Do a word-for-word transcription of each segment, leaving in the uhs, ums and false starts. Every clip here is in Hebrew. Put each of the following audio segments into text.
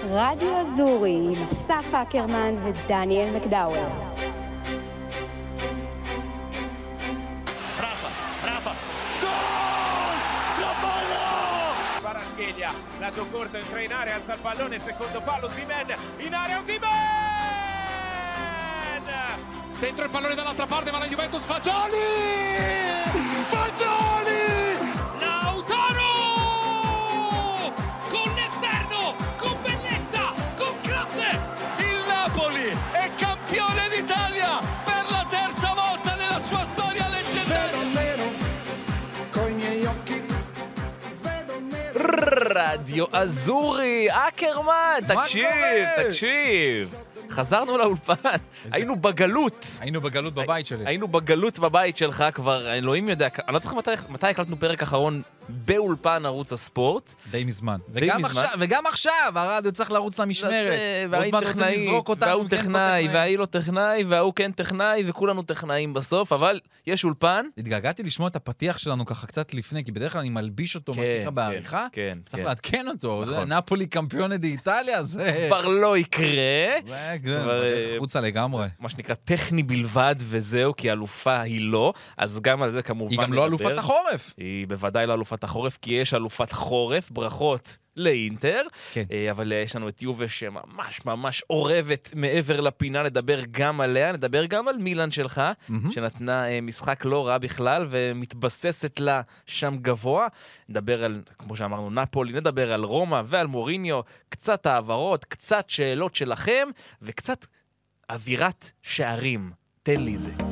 רדיו אזורי עם אסף אקרמן ודניאל מקדאוור. lato corto, entra in area, alza il pallone, secondo palo, Osimhen, in area Osimhen! Dentro il pallone dall'altra parte, ma la Juventus Fagioli! Fagioli! Lautaro! Con l'esterno, con bellezza, con classe! Il Napoli è campione d'Italia per la terza volta nella sua storia leggendaria! Vedo nero coi miei occhi. רדיו אזורי, אקרמן, תקשיב, תקשיב. חזרנו לאולפן, היינו בגלות. היינו בגלות בבית שלי. היינו בגלות בבית שלך כבר, אלוהים יודע, אני לא צריך מתי הקלטנו פרק אחרון באולפן ערוץ הספורט. די מזמן. וגם עכשיו, הרדיו צריך לרוץ למשמרת. והיא טכנאי, והוא טכנאי, והיא לא טכנאי, והוא כן טכנאי, וכולנו טכנאים בסוף, אבל יש אולפן. התגעגעתי לשמוע את הפתיח שלנו ככה קצת לפני, כי בדרך כלל אני מלביש אותו מלכה בעריכה. צריך לעדכן אותו. נפולי קמפיונה באיטליה, זה... כבר לא יקרה. חוצה לגמרי. מה שנקרא טכני בלבד וזהו, כי אלופה היא לא, אז גם על זה כמובן היא גם לא אלופת החורף. היא בוודאי לא אלופת החורף, כי יש אלופת חורף, ברכות לאינטר, כן. אבל יש לנו את יובה שממש ממש עורבת מעבר לפינה, נדבר גם עליה, נדבר גם על מילאן שלך, mm-hmm. שנתנה משחק לא רע בכלל, ומתבססת לה שם גבוה, נדבר על, כמו שאמרנו, נפולי, נדבר על רומא ועל מוריניו, קצת העברות, קצת שאלות שלכם, וקצת אווירת שערים. תן לי את זה.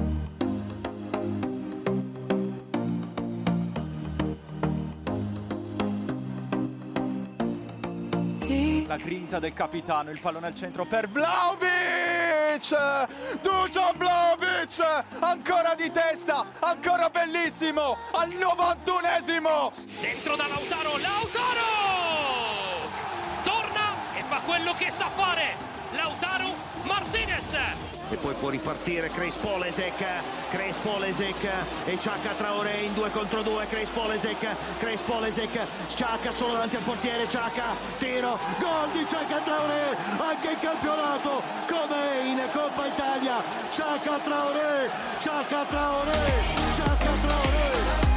La grinta del capitano, il pallone al centro per Vlahovic! Dusan Vlahovic! Ancora di testa, ancora bellissimo! Al novantunesimo! Dentro da Lautaro, Lautaro! Torna e fa quello che sa fare! Lautaro Martinez! E poi può ripartire Crespo Lesek, Crespo Lesek e Xhaka Traoré in due contro due, Crespo Lesek, Crespo Lesek, Xhaka solo davanti al portiere, Xhaka, tiro, gol di Xhaka Traoré, anche in campionato, come in Coppa Italia, Xhaka Traoré, Xhaka Traoré, Xhaka Traoré.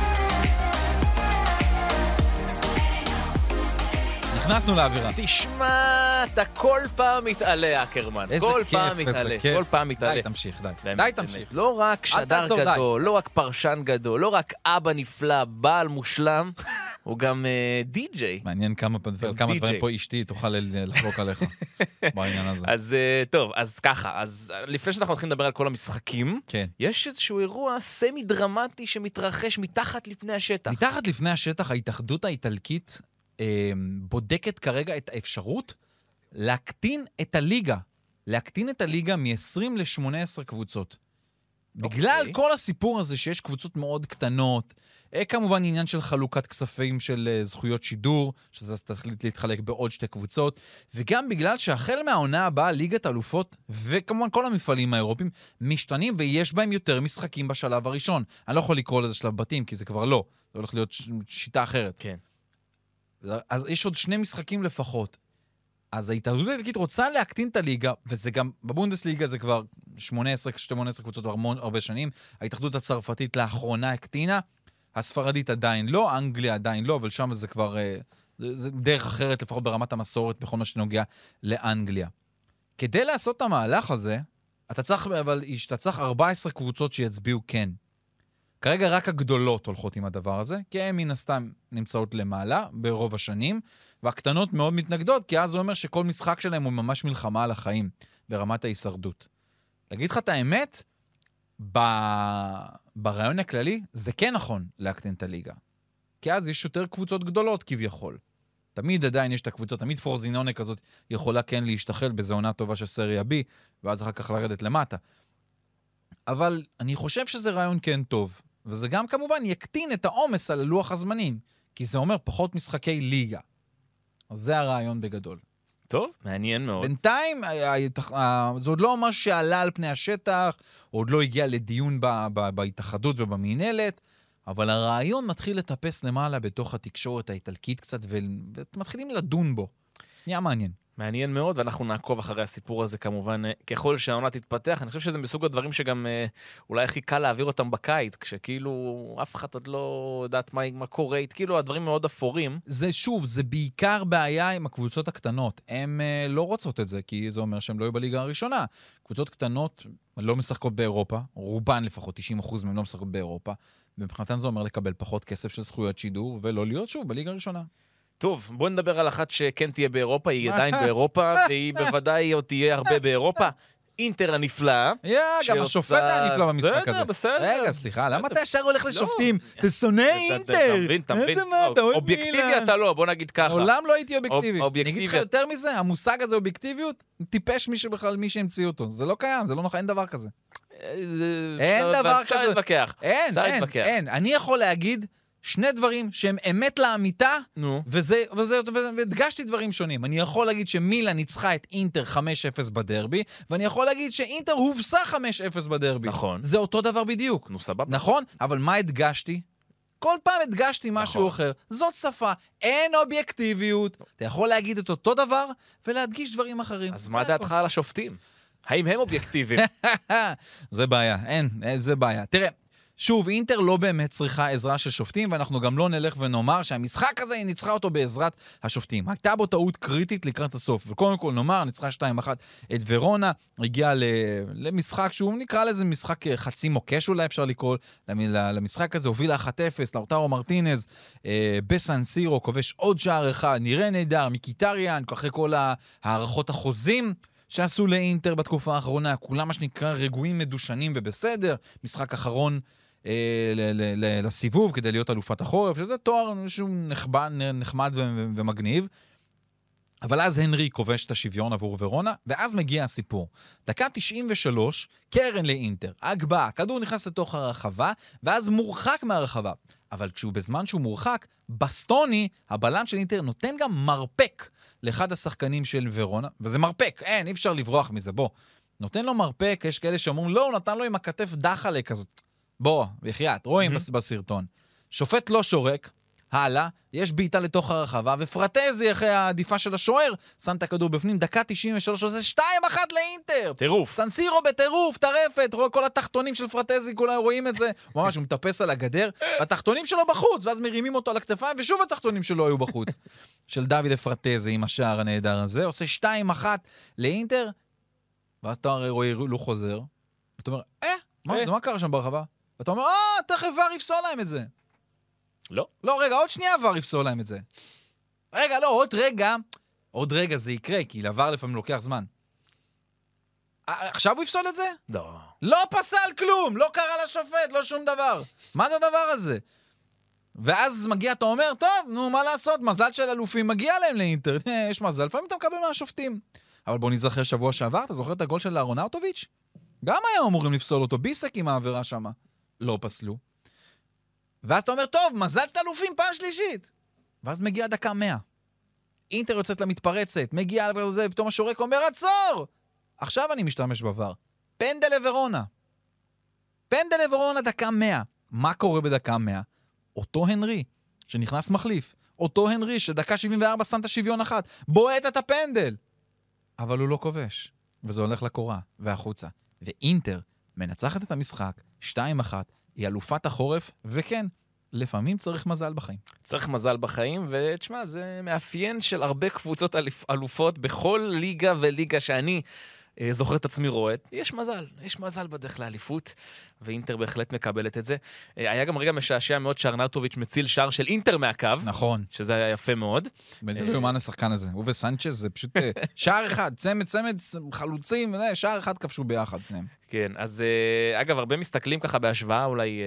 נכנסנו לאווירה. תשמע, אתה כל פעם מתעלה, אקרמן. כל פעם מתעלה, כל פעם מתעלה. די, תמשיך, די. די, תמשיך. לא רק שדר גדול, לא רק פרשן גדול, לא רק אבא נפלא, בעל מושלם, הוא גם די-ג'יי. מעניין כמה דברים פה אשתי תוכל לחלוק עליך בעניין הזה. אז טוב, אז ככה, אז לפני שאנחנו מתחילים לדבר על כל המשחקים, יש איזשהו אירוע סמי דרמטי שמתרחש מתחת לפני השטח. מתחת לפני השטח, ההתאחדות האיטלקית בודקת כרגע את האפשרות להקטין את הליגה. להקטין את הליגה מ-עשרים ל-שמונה עשרה קבוצות. בגלל okay. כל הסיפור הזה שיש קבוצות מאוד קטנות, כמובן עניין של חלוקת כספים של זכויות שידור, שאתה תחליט להתחלק בעוד שתי קבוצות, וגם בגלל שהחל מהעונה הבאה ליגת אלופות, וכמובן כל המפעלים האירופיים, משתנים ויש בהם יותר משחקים בשלב הראשון. אני לא יכול לקרוא לזה שלב בתים, כי זה כבר לא. זה הולך להיות שיטה אחרת. כן. Okay. אז יש עוד שני משחקים לפחות. אז ההתאחדות האיטלקית רוצה להקטין את הליגה, וזה גם, בבונדסליגה זה כבר שמונה עשרה קבוצות הרבה, הרבה שנים. ההתאחדות הצרפתית לאחרונה הקטינה, הספרדית עדיין לא, אנגליה עדיין לא, אבל שם זה כבר, זה דרך אחרת, לפחות ברמת המסורת, בכל מה שנוגע לאנגליה. כדי לעשות את המהלך הזה, אתה צריך, אבל אתה צריך ארבע עשרה קבוצות שיצביעו כן. כרגע רק הגדולות הולכות עם הדבר הזה, כי הן מן הסתם נמצאות למעלה ברוב השנים, והקטנות מאוד מתנגדות, כי אז זה אומר שכל משחק שלהם הוא ממש מלחמה על החיים, ברמת ההישרדות. להגיד לך את האמת, ב... ברעיון הכללי, זה כן נכון להקטין את הליגה. כי אז יש יותר קבוצות גדולות כביכול. תמיד עדיין יש את הקבוצות, תמיד פורזינונה כזאת יכולה כן להשתחל בזו עונה טובה של סריה בי, ואז אחר כך לרדת למטה. אבל אני חושב שזה רעיון כן טוב. וזה גם כמובן יקטין את העומס על לוח הזמנים, כי זה אומר פחות משחקי ליגה. אז זה הרעיון בגדול. טוב, מעניין מאוד. בינתיים, זה עוד לא משהו שעלה על פני השטח, עוד לא הגיע לדיון בהתאחדות ובמינהלת, אבל הרעיון מתחיל לטפס למעלה בתוך התקשורת האיטלקית קצת, ומתחילים לדון בו. נהיה מעניין. מעניין מאוד, ואנחנו נעקוב אחרי הסיפור הזה כמובן, ככל שהעונה תתפתח. אני חושב שזה מסוג הדברים שגם אולי הכי קל להעביר אותם בקיץ, כשכאילו אף אחד עוד לא יודעת מה, מה קורה, כאילו הדברים מאוד אפורים. זה שוב, זה בעיקר בעיה עם הקבוצות הקטנות. הן uh, לא רוצות את זה, כי זה אומר שהן לא יהיו בליגה הראשונה. קבוצות קטנות לא משחקות באירופה, רובן לפחות, תשעים אחוז מהן לא משחקות באירופה, ומבחינתן זה אומר לקבל פחות כסף של זכויות שידור, ולא להיות שוב בליגה הראשונה. טוב, בוא נדבר על אחת שכן תהיה באירופה, היא עדיין באירופה, והיא בוודאי עוד תהיה הרבה באירופה. אינטר הנפלאה. יא, גם השופט היה נפלא במשחק הזה. בסדר. רגע, סליחה, למה אתה ישר הולך לשופטים? אתה שונא אינטר. תבין, תבין. אובייקטיבי אתה לא, בוא נגיד ככה. עולם לא הייתי אובייקטיבי. אני אובייקטיבי. אגיד לך יותר מזה, המושג הזה אובייקטיביות, טיפש מי שבכלל מי שהמציא אותו. זה לא קיים, זה לא נכון, אין דבר כזה. אין דבר כזה. אפשר להתווכח. אין, אין, אין. אני יכול להגיד שני דברים שהם אמת לאמיתה, וזה, וזה, והדגשתי דברים שונים. אני יכול להגיד שמילה ניצחה את אינטר חמש אפס בדרבי, ואני יכול להגיד שאינטר הובסה חמש אפס בדרבי. נכון. זה אותו דבר בדיוק. נו, סבבה. נכון? אבל מה הדגשתי? כל פעם הדגשתי משהו נכון. אחר. זאת שפה. אין אובייקטיביות. אתה יכול להגיד את אותו דבר, ולהדגיש דברים אחרים. אז מה דעתך על השופטים? האם הם אובייקטיביים? זה בעיה. אין, זה בעיה. תראה, שוב, אינטר לא באמת צריכה עזרה של שופטים, ואנחנו גם לא נלך ונאמר שהמשחק הזה היא ניצחה אותו בעזרת השופטים. הייתה בו טעות קריטית לקראת הסוף, וקודם כל נאמר, ניצחה שתיים אחת את ורונה, הגיעה למשחק שהוא נקרא לזה משחק חצי מוקש אולי אפשר לקרוא למשחק הזה, הובילה אחת אפס, לאוטרו מרטינז, בסן סירו, כובש עוד שער אחד, נראה נהדר, מיקיטריאן, אחרי כל הערכות החוזים, שעשו לאינטר בתקופה האחרונה, כולם מה שנקרא רגועים מדושנים ובסדר, משחק אחרון אה, ל- ל- ל- לסיבוב כדי להיות אלופת החורף, שזה תואר שהוא נחמד, נחמד ו- ומגניב. אבל אז הנרי כובש את השוויון עבור ורונה, ואז מגיע הסיפור. דקה תשעים ושלוש, קרן לאינטר, הגבהה, כדור נכנס לתוך הרחבה, ואז מורחק מהרחבה. אבל כשהוא בזמן שהוא מורחק, בסטוני, הבלם של אינטר, נותן גם מרפק לאחד השחקנים של ורונה, וזה מרפק, אין, אי אפשר לברוח מזה, בוא. נותן לו מרפק, יש כאלה שאומרים, לא, הוא נתן לו עם הכתף דחלה כזאת. בוא, בחייאת, רואים mm-hmm. בסרטון. שופט לא שורק, הלאה, יש בעיטה לתוך הרחבה, ופרטזי אחרי העדיפה של השוער, שם את הכדור בפנים, דקה תשעים ושלוש, עושה שתיים אחת לאינטר. טירוף. סנסירו בטירוף, טרפת, כל התחתונים של פרטזי, כולם רואים את זה, ממש, הוא מטפס על הגדר, התחתונים שלו בחוץ, ואז מרימים אותו על הכתפיים, ושוב התחתונים שלו היו בחוץ. של דוד פרטזי עם השער הנהדר הזה, עושה שתיים אחת לאינטר, ואז אתה רואה, לא חוזר, ואתה אומר, אה, מה, זה מה קרה שם ברחבה? ואתה אומר, אה, תכף ור יפסול להם את זה. לא. לא, רגע, עוד שנייה עבר יפסול להם את זה. רגע, לא, עוד רגע, עוד רגע זה יקרה, כי לעבר לפעמים לוקח זמן. עכשיו הוא יפסול את זה? לא. לא פסל כלום, לא קרה לשופט, לא שום דבר. מה זה הדבר הזה? ואז מגיע, אתה אומר, טוב, נו, מה לעשות? מזל של אלופים מגיע להם לאינטר. יש מזל, לפעמים אתה מקבל מהשופטים. אבל בוא נזכר שבוע שעבר, אתה זוכר את הגול של אהרונאוטוביץ'? גם היום אמורים לפסול אותו, ביסק עם העבירה שם. לא פסלו. ואז אתה אומר, טוב, מזלת אלופים פעם שלישית. ואז מגיע דקה מאה. אינטר יוצאת למתפרצת, מגיע לזה, ופתאום השורק אומר, עצור! עכשיו אני משתמש בעבר. פנדל לוורונה. פנדל לוורונה דקה מאה. מה קורה בדקה מאה? אותו הנרי, שנכנס מחליף. אותו הנרי, שדקה שבעים וארבע שם את השוויון אחת. בועט את הפנדל. אבל הוא לא כובש. וזה הולך לקורה, והחוצה. ואינטר מנצחת את המשחק, שתיים אחת, היא אלופת החורף, וכן, לפעמים צריך מזל בחיים. צריך מזל בחיים, ותשמע, זה מאפיין של הרבה קבוצות אלופות בכל ליגה וליגה שאני אה, זוכר את עצמי רואה. יש מזל, יש מזל בדרך לאליפות, ואינטר בהחלט מקבלת את זה. אה, היה גם רגע משעשע מאוד שארנאוטוביץ' מציל שער של אינטר מהקו. נכון. שזה היה יפה מאוד. בדיוק יומן השחקן הזה. הוא וסנצ'ז זה פשוט שער אחד, צמד, צמד, חלוצים, שער אחד כבשו ביחד. כן, אז אגב, הרבה מסתכלים ככה בהשוואה, אולי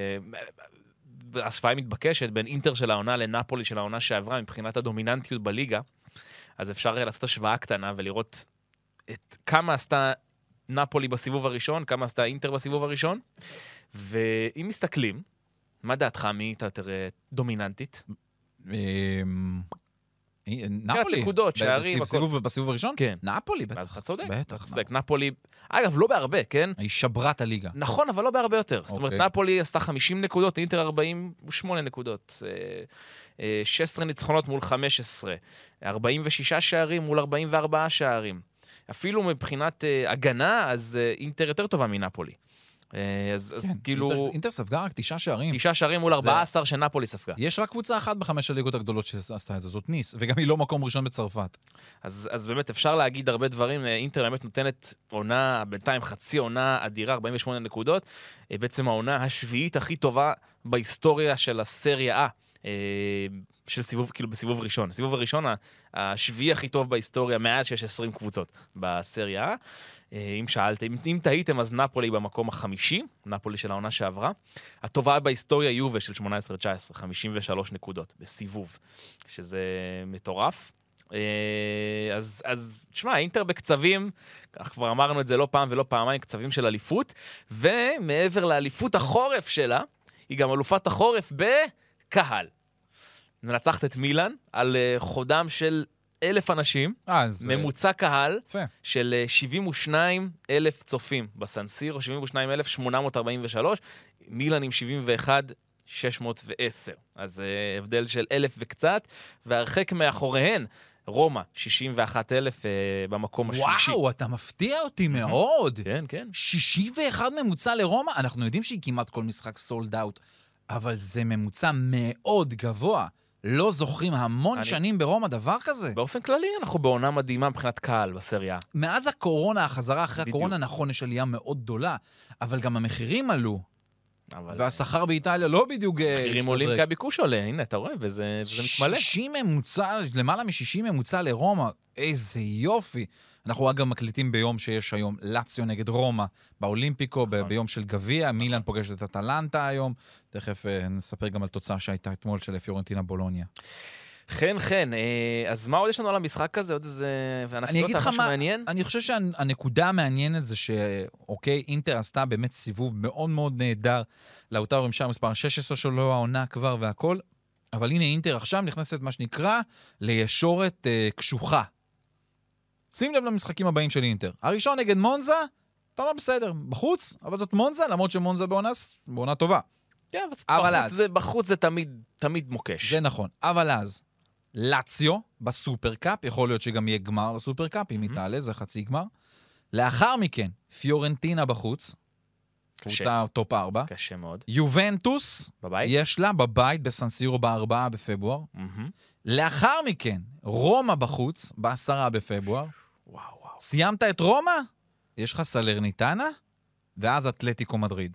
השוואה מתבקשת בין אינטר של העונה לנפולי של העונה שעברה, מבחינת הדומיננטיות בליגה, אז אפשר לעשות השוואה קטנה ולראות את כמה עשתה נפולי בסיבוב הראשון, כמה עשתה אינטר בסיבוב הראשון, ואם מסתכלים, מה דעתך מי הייתה יותר דומיננטית? נפולי. נקודות, שערים, בסיבוב, בסיבוב הראשון? כן. נפולי, בטח. אז אתה צודק. בטח. צודק, נפולי, אגב, לא בהרבה, כן? היא שברת הליגה. נכון, אבל לא בהרבה יותר. זאת אומרת, אוקיי. נפולי עשתה חמישים נקודות, אינטר ארבעים ושמונה נקודות. שש עשרה ניצחונות מול חמש עשרה. ארבעים ושישה שערים מול ארבעים וארבעה שערים. אפילו מבחינת הגנה, אז אינטר יותר טובה מנפולי. אז, אז כן, כאילו... אינטר, אינטר ספגה רק תשעה שערים. תשעה שערים מול ארבעה עשר שנפולי ספגה. יש רק קבוצה אחת בחמש הליגות הגדולות שעשתה את זה, זאת ניס, וגם היא לא מקום ראשון בצרפת. אז, אז באמת אפשר להגיד הרבה דברים. אינטר באמת נותנת עונה, בינתיים חצי עונה אדירה, ארבעים ושמונה נקודות. בעצם העונה השביעית הכי טובה בהיסטוריה של הסריה A. של סיבוב, כאילו בסיבוב ראשון. הסיבוב הראשון, השביעי הכי טוב בהיסטוריה, מאז שיש עשרים קבוצות בסריה. אם שאלתם, אם, אם תהיתם, אז נפולי במקום החמישי, נפולי של העונה שעברה. הטובה בהיסטוריה יובה של שמונה עשרה תשע עשרה, חמישים ושלוש נקודות בסיבוב, שזה מטורף. אז, אז תשמע, אינטר בקצבים, כך כבר אמרנו את זה לא פעם ולא פעמיים, קצבים של אליפות, ומעבר לאליפות החורף שלה, היא גם אלופת החורף בקהל. ננצחת את מילאן על חודם של אלף אנשים, אז, ממוצע קהל יפה. של שבעים ושניים אלף צופים בסנסיר, או שבעים ושניים אלף שמונה מאות ארבעים ושלוש, מילאן עם שבעים ואחת אלף שש מאות ועשר. אז uh, הבדל של אלף וקצת, והרחק מאחוריהן, רומא, שישים ואחת אלף uh, במקום השלישי. וואו, אתה מפתיע אותי מאוד. כן, כן. שישים ואחת ממוצע לרומא, אנחנו יודעים שהיא כמעט כל משחק סולד אאוט, אבל זה ממוצע מאוד גבוה. לא זוכרים המון אני... שנים ברומא דבר כזה. באופן כללי, אנחנו בעונה מדהימה מבחינת קהל בסריה. מאז הקורונה, החזרה אחרי בדיוק. הקורונה, נכון, יש עלייה מאוד גדולה, אבל גם המחירים עלו. אבל... והשכר באיטליה לא בדיוק... מחירים עולים כי הביקוש עולה, הנה, אתה רואה, וזה, וזה מתמלא. שישים ממוצע, למעלה מ-שישים ממוצע לרומא, איזה יופי. אנחנו אגב מקליטים ביום שיש היום לאציו נגד רומא באולימפיקו, ב- ביום של גביע, מילאן פוגשת את אטלנטה היום, תכף uh, נספר גם על תוצאה שהייתה אתמול של פיורנטינה בולוניה. כן, כן, אז מה עוד יש לנו על המשחק הזה? עוד איזה... אני אגיד לך מה, מעניין? אני חושב שהנקודה המעניינת זה שאוקיי, אינטר עשתה באמת סיבוב מאוד מאוד נהדר, לאוטרו עם שער מספר שש עשרה שלו, העונה כבר והכל, אבל הנה אינטר עכשיו נכנסת מה שנקרא לישורת uh, קשוחה. שים לב למשחקים הבאים של אינטר. הראשון נגד מונזה, אתה אומר בסדר, בחוץ, אבל זאת מונזה, למרות שמונזה בעונה, בעונה טובה. כן, אבל בחוץ, זה, בחוץ זה תמיד, תמיד מוקש. זה נכון, אבל אז, לאציו בסופרקאפ, יכול להיות שגם יהיה גמר לסופרקאפ, אם היא תעלה, זה חצי גמר. לאחר מכן, פיורנטינה בחוץ, קבוצה טופ ארבע. קשה מאוד. יובנטוס, בבית? יש לה בבית בסנסירו בארבעה בפברואר. לאחר מכן, רומא בחוץ, בעשרה בפברואר. וואו, וואו. סיימת את רומא? יש לך סלרניטנה, ואז אתלטיקו מדריד.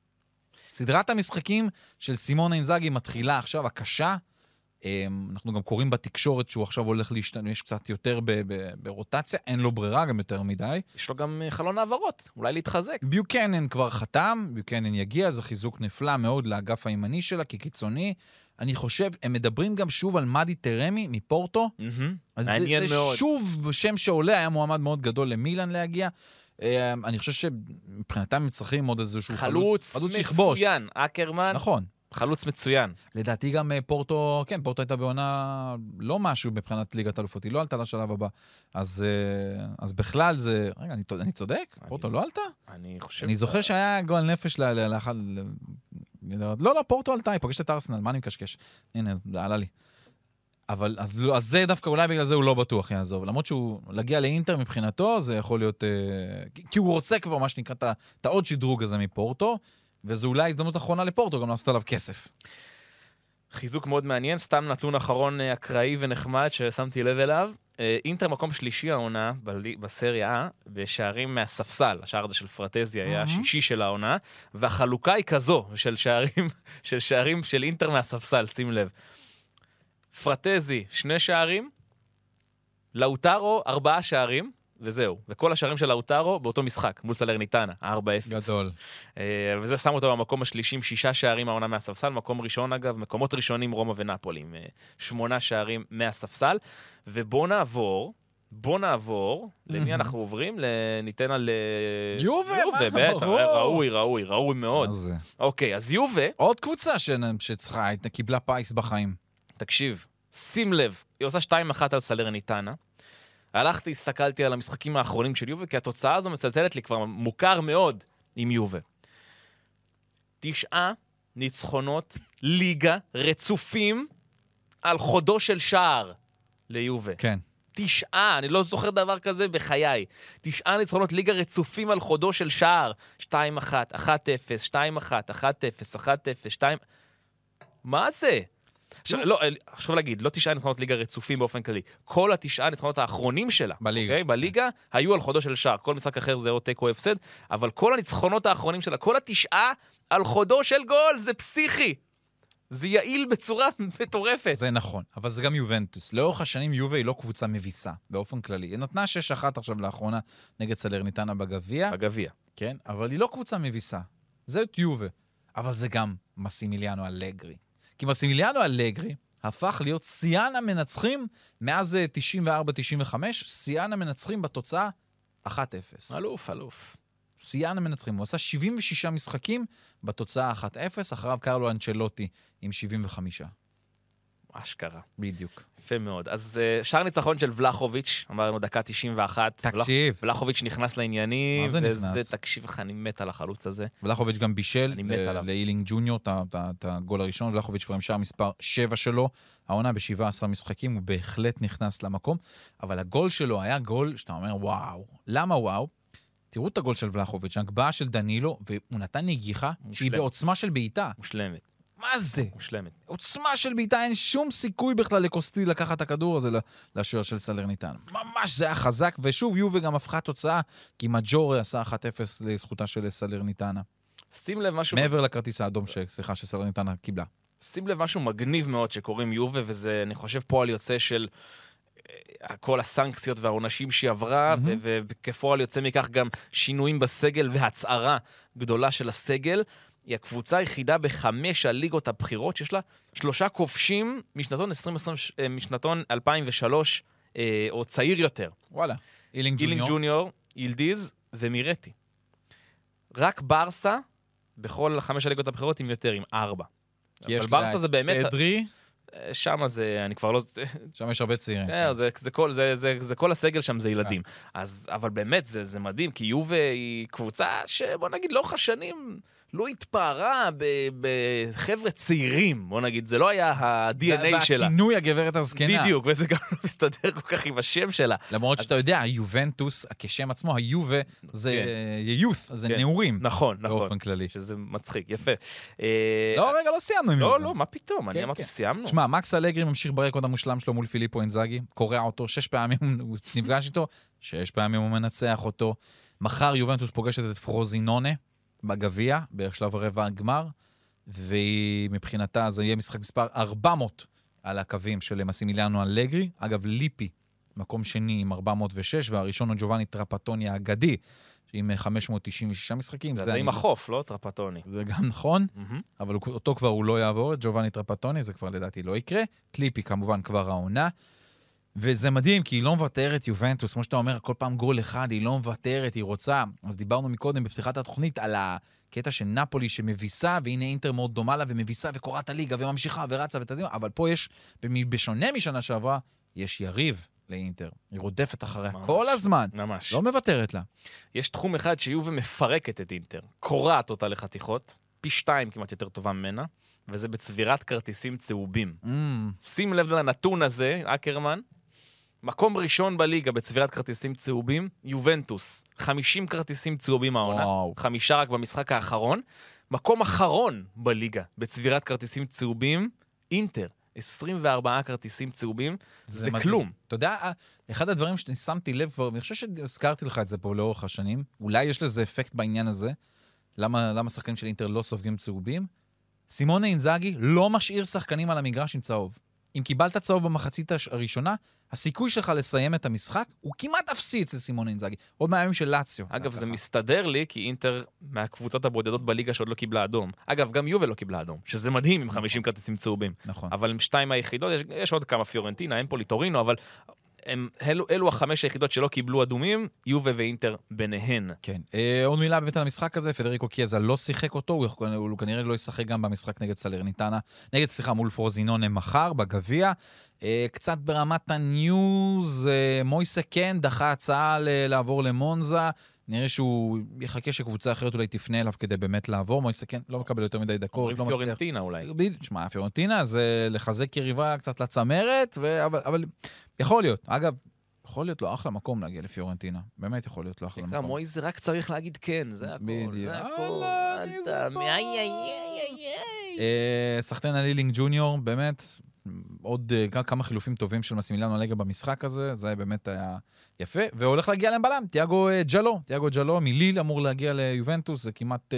סדרת המשחקים של סימון אינזאגי מתחילה עכשיו, הקשה. אנחנו גם קוראים בתקשורת שהוא עכשיו הולך להשתמש קצת יותר ברוטציה, אין לו ברירה, גם יותר מדי. יש לו גם חלון העברות, אולי להתחזק. ביוקנן כבר חתם, ביוקנן יגיע, זה חיזוק נפלא מאוד לאגף הימני שלה, כקיצוני. אני חושב, הם מדברים גם שוב על מדי טרמי מפורטו. אז מעניין זה, מאוד. זה שוב שם שעולה, היה מועמד מאוד גדול למילאן להגיע. אני חושב שמבחינתם הם צריכים עוד איזשהו חלוץ, חלוץ מצוין, אקרמן. נכון. חלוץ מצוין. לדעתי גם פורטו, כן, פורטו הייתה בעונה לא משהו מבחינת ליגת אלופות, היא לא עלתה לשלב הבא. אז, אז בכלל זה... רגע, אני, אני צודק? אני, פורטו לא עלתה? אני חושב... אני זוכר שהיה גול נפש לאחד... לא, לא, פורטו עלתה, היא פוגשת את ארסנל, מה אני מקשקש? הנה, זה עלה לי. אבל אז, אז זה דווקא, אולי בגלל זה הוא לא בטוח יעזוב. למרות שהוא להגיע לאינטר מבחינתו, זה יכול להיות... אה, כי הוא רוצה כבר מה שנקרא את העוד שדרוג הזה מפורטו, וזו אולי הזדמנות אחרונה לפורטו, גם לעשות עליו כסף. חיזוק מאוד מעניין, סתם נתון אחרון אקראי ונחמד ששמתי לב אליו. אינטר מקום שלישי העונה בסריה בשערים מהספסל, השער הזה של פרטזי היה השישי של העונה, והחלוקה היא כזו של שערים של שערים של אינטר מהספסל, שים לב. פרטזי, שני שערים, לאוטרו, ארבעה שערים, וזהו. וכל השערים של לאוטרו באותו משחק, מול סלרניטנה, ארבע אפס. גדול. וזה שם אותו במקום השלישי, עם שישה שערים העונה מהספסל, מקום ראשון אגב, מקומות ראשונים רומא ונפולי, עם שמונה שערים מהספסל. ובוא נעבור, בוא נעבור, למי אנחנו עוברים? ניתן על... יובה, מה? בטח, ראוי, ראוי, ראוי מאוד. אוקיי, אז יובה... עוד קבוצה שצריכה, קיבלה פייס בחיים. תקשיב, שים לב, היא עושה שתיים אחת על סלרניטנה. הלכתי, הסתכלתי על המשחקים האחרונים של יובה, כי התוצאה הזו מצלצלת לי כבר מוכר מאוד עם יובה. תשעה ניצחונות ליגה רצופים על חודו של שער ליובה. כן. תשעה, אני לא זוכר דבר כזה בחיי. תשעה ניצחונות ליגה רצופים על חודו של שער. שתיים אחת, אחת אפס, שתיים אחת, אחת אפס, אחת אפס, שתיים... מה זה? עכשיו, לא, חשוב להגיד, לא תשעה ניצחונות ליגה רצופים באופן כללי. כל התשעה ניצחונות האחרונים שלה, בליגה. אוקיי? בליגה, היו על חודו של שער. כל משחק אחר זה או תיקו או הפסד, אבל כל הניצחונות האחרונים שלה, כל התשעה על חודו של גול, זה פסיכי. זה יעיל בצורה מטורפת. זה נכון, אבל זה גם יובנטוס. לאורך השנים יובה היא לא קבוצה מביסה, באופן כללי. היא נתנה שש אחת עכשיו לאחרונה נגד סלרניטנה בגביע. בגביע. כן, אבל היא לא קבוצה מביסה. זה את יובה. אבל זה גם מסימיליאנו אלגרי. כי מסימיליאנו אלגרי הפך להיות שיאן המנצחים מאז תשעים וארבע תשעים וחמש, שיאן המנצחים בתוצאה אחת אפס. אלוף, אלוף. שיאן המנצחים. הוא עשה שבעים ושישה משחקים בתוצאה אחת אפס, אחריו קרלו אנצ'לוטי עם שבעים וחמש. אשכרה. בדיוק. יפה מאוד. אז uh, שער ניצחון של ולחוביץ', אמרנו דקה תשעים ואחת. תקשיב. ולחוביץ' נכנס לעניינים. מה זה וזה, נכנס? תקשיב לך, אני מת על החלוץ הזה. ולחוביץ' גם בישל ל- לאילינג ג'וניור את הגול הראשון. ולחוביץ' כבר עם שער מספר שבע שלו. העונה ב-שבעה עשר משחקים, הוא בהחלט נכנס למקום. אבל הגול שלו היה גול שאתה אומר, וואו. למה וואו? תראו את הגול של ולחוביץ', ההגבהה של דנילו, והוא נתן נגיחה שהיא בעוצמה של בעיטה. מושלמת. מה זה? מושלמת. עוצמה של בעיטה, אין שום סיכוי בכלל לקוסטי לקחת את הכדור הזה לשוער של סלרניטנה. ממש זה היה חזק, ושוב יובה גם הפכה תוצאה, כי מג'ורה עשה אחת אפס לזכותה של סלרניטנה. שים לב משהו... מעבר לכרטיס האדום, סליחה, שסלרניטנה קיבלה. שים לב משהו מגניב מאוד שקוראים יובה, וזה, אני חושב, פועל יוצא של כל הסנקציות והעונשים שהיא עברה, mm-hmm. וכפועל יוצא מכך גם שינויים בסגל והצערה גדולה של הסגל. היא הקבוצה היחידה בחמש הליגות הבחירות, שיש לה שלושה כובשים משנתון עשרים עשרים, משנתון אלפיים ושלוש, או צעיר יותר. וואלה. אילינג ג'וניור. אילינג ג'וניור, ילדיז ומירטי. רק ברסה, בכל חמש הליגות הבחירות, עם יותר, עם ארבע. אבל ברסה זה באמת... אדרי? שם זה, אני כבר לא... שם יש הרבה צעירים. כן, זה, זה, כל, זה, זה, זה כל הסגל שם, זה ילדים. אז, אבל באמת, זה, זה מדהים, כי יובה היא קבוצה שבוא נגיד, לאורך השנים לא התפארה בחבר'ה צעירים, בוא נגיד, זה לא היה ה-די אן איי שלה. והכינוי הגברת הזקנה. בדיוק, וזה גם לא מסתדר כל כך עם השם שלה. למרות שאתה יודע, היובנטוס, כשם עצמו, היובה, זה יוס, זה נעורים. נכון, נכון. באופן כללי. שזה מצחיק, יפה. לא, רגע, לא סיימנו עם יובה. לא, לא, מה פתאום? אני אמרתי, סיימנו. תשמע, מקס אלגרי ממשיך ברקורד המושלם שלו מול פיליפו אינזאגי, קורע אותו, שש פעמים הוא נפגש איתו, שש פעמים הוא מנצח אותו. מחר יובנטוס פוגשת את פרוזינונה בגביע, בערך שלב הרבע הגמר, ומבחינתה זה יהיה משחק מספר ארבע מאות על הקווים של מסימיליאנו אלגרי. אגב, ליפי, מקום שני עם ארבע מאות ושש, והראשון הוא ג'ובאני טרפטוני האגדי, עם חמש מאות תשעים ושישה משחקים. זה עם החוף, לא טרפטוני. זה גם נכון, אבל אותו כבר הוא לא יעבור, את ג'ובאני טרפטוני, זה כבר לדעתי לא יקרה. ליפי כמובן כבר העונה. וזה מדהים, כי היא לא מוותרת יובנטוס, כמו שאתה אומר, כל פעם גול אחד, היא לא מוותרת, היא רוצה. אז דיברנו מקודם בפתיחת התוכנית על הקטע של נפולי שמביסה, והנה אינטר מאוד דומה לה, ומביסה וקוראת הליגה, וממשיכה ורצה ותדים, אבל פה יש, בשונה משנה שעברה, יש יריב לאינטר. היא רודפת אחריה ממש, כל הזמן. ממש. לא מוותרת לה. יש תחום אחד שיובה מפרקת את אינטר, קורעת אותה לחתיכות, פי שתיים כמעט יותר טובה ממנה, וזה בצבירת כרטיסים צהובים. Mm. שים לב לנתון הזה, אקרמן, מקום ראשון בליגה בצבירת כרטיסים צהובים, יובנטוס. חמישים כרטיסים צהובים העונה, וואו. חמישה רק במשחק האחרון. מקום אחרון בליגה בצבירת כרטיסים צהובים, אינטר. עשרים וארבעה כרטיסים צהובים, זה, זה כלום. אתה יודע, אחד הדברים ששמתי לב, אני חושב שהזכרתי לך את זה פה לאורך השנים, אולי יש לזה אפקט בעניין הזה, למה, למה שחקנים של אינטר לא סופגים צהובים? סימונה אינזאגי לא משאיר שחקנים על המגרש עם צהוב. אם קיבלת צהוב במחצית הראשונה, הסיכוי שלך לסיים את המשחק הוא כמעט אפסי אצל סימונה אינזאגי. עוד מהימים של לאציו. אגב, זה מסתדר לי, כי אינטר מהקבוצות הבודדות בליגה שעוד לא קיבלה אדום. אגב, גם יובל לא קיבלה אדום, שזה מדהים עם חמישים כרטיסים צהובים. נכון. אבל עם שתיים היחידות, יש, יש עוד כמה פיורנטינה, אמפולי, טורינו, אבל הם, אלו, אלו החמש היחידות שלא קיבלו אדומים, יובה ואינטר ביניהן. כן. אה, עוד מילה באמת על המשחק הזה, פדריקו קיאזה לא שיחק אותו, הוא, הוא, הוא כנראה לא ישחק גם במשחק נגד סלרניטנה, נגד, סליחה, מול פרוזינונה מחר, בגביע. אה, קצת ברמת הניוז, אה, מויסה כן דחה הצעה ל- לעבור למונזה, נראה שהוא יחכה שקבוצה אחרת אולי תפנה אליו כדי באמת לעבור, מויסה כן לא מקבל יותר מדי דקות. אומרים לא פיורנטינה אולי. תשמע, פיורנטינה זה לחזק יריבה קצת לצמרת, ו... אבל, אבל יכול להיות. אגב, יכול להיות לו אחלה מקום להגיע לפיורנטינה. באמת יכול להיות לו אחלה מקום. מויסה רק צריך להגיד כן, זה הכל, זה הכל. אל תמי, איי, איי, איי, איי. סחטן הלילינג ג'וניור, באמת, עוד כמה חילופים טובים של מסימילאנו אלגרה במשחק הזה, זה באמת היה יפה, והולך להגיע להם בלם, תיאגו ג'לו, תיאגו ג'לו מליל אמור להגיע ליובנטוס, זה כמעט,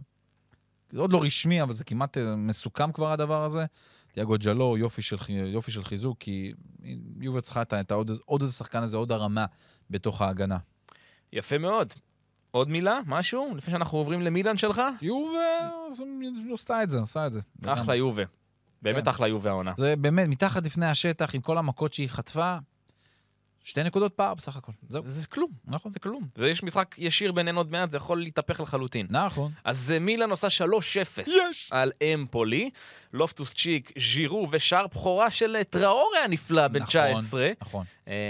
זה עוד לא רשמי, אבל זה כמעט מסוכם כבר הדבר הזה, תיאגו ג'לו, יופי של, יופי של חיזוק, כי יובה צריכה את עוד, עוד איזה שחקן הזה, עוד הרמה בתוך ההגנה. יפה מאוד. עוד מילה? משהו? לפני שאנחנו עוברים למילאן שלך? יובה עושה את זה, עושה את זה. אחלה יובה. באמת אחלה יובה העונה. זה באמת, מתחת לפני השטח, עם כל המכות שהיא חטפה, שתי נקודות פער בסך הכל. זהו. זה כלום. נכון. זה כלום. ויש משחק ישיר בינינו עוד מעט, זה יכול להתהפך לחלוטין. נכון. אז מילאן עושה שלוש אפס על אמפולי, לופטוס צ'יק, ז'ירו ושער בכורה של טראורי הנפלא בן תשע עשרה. נכון.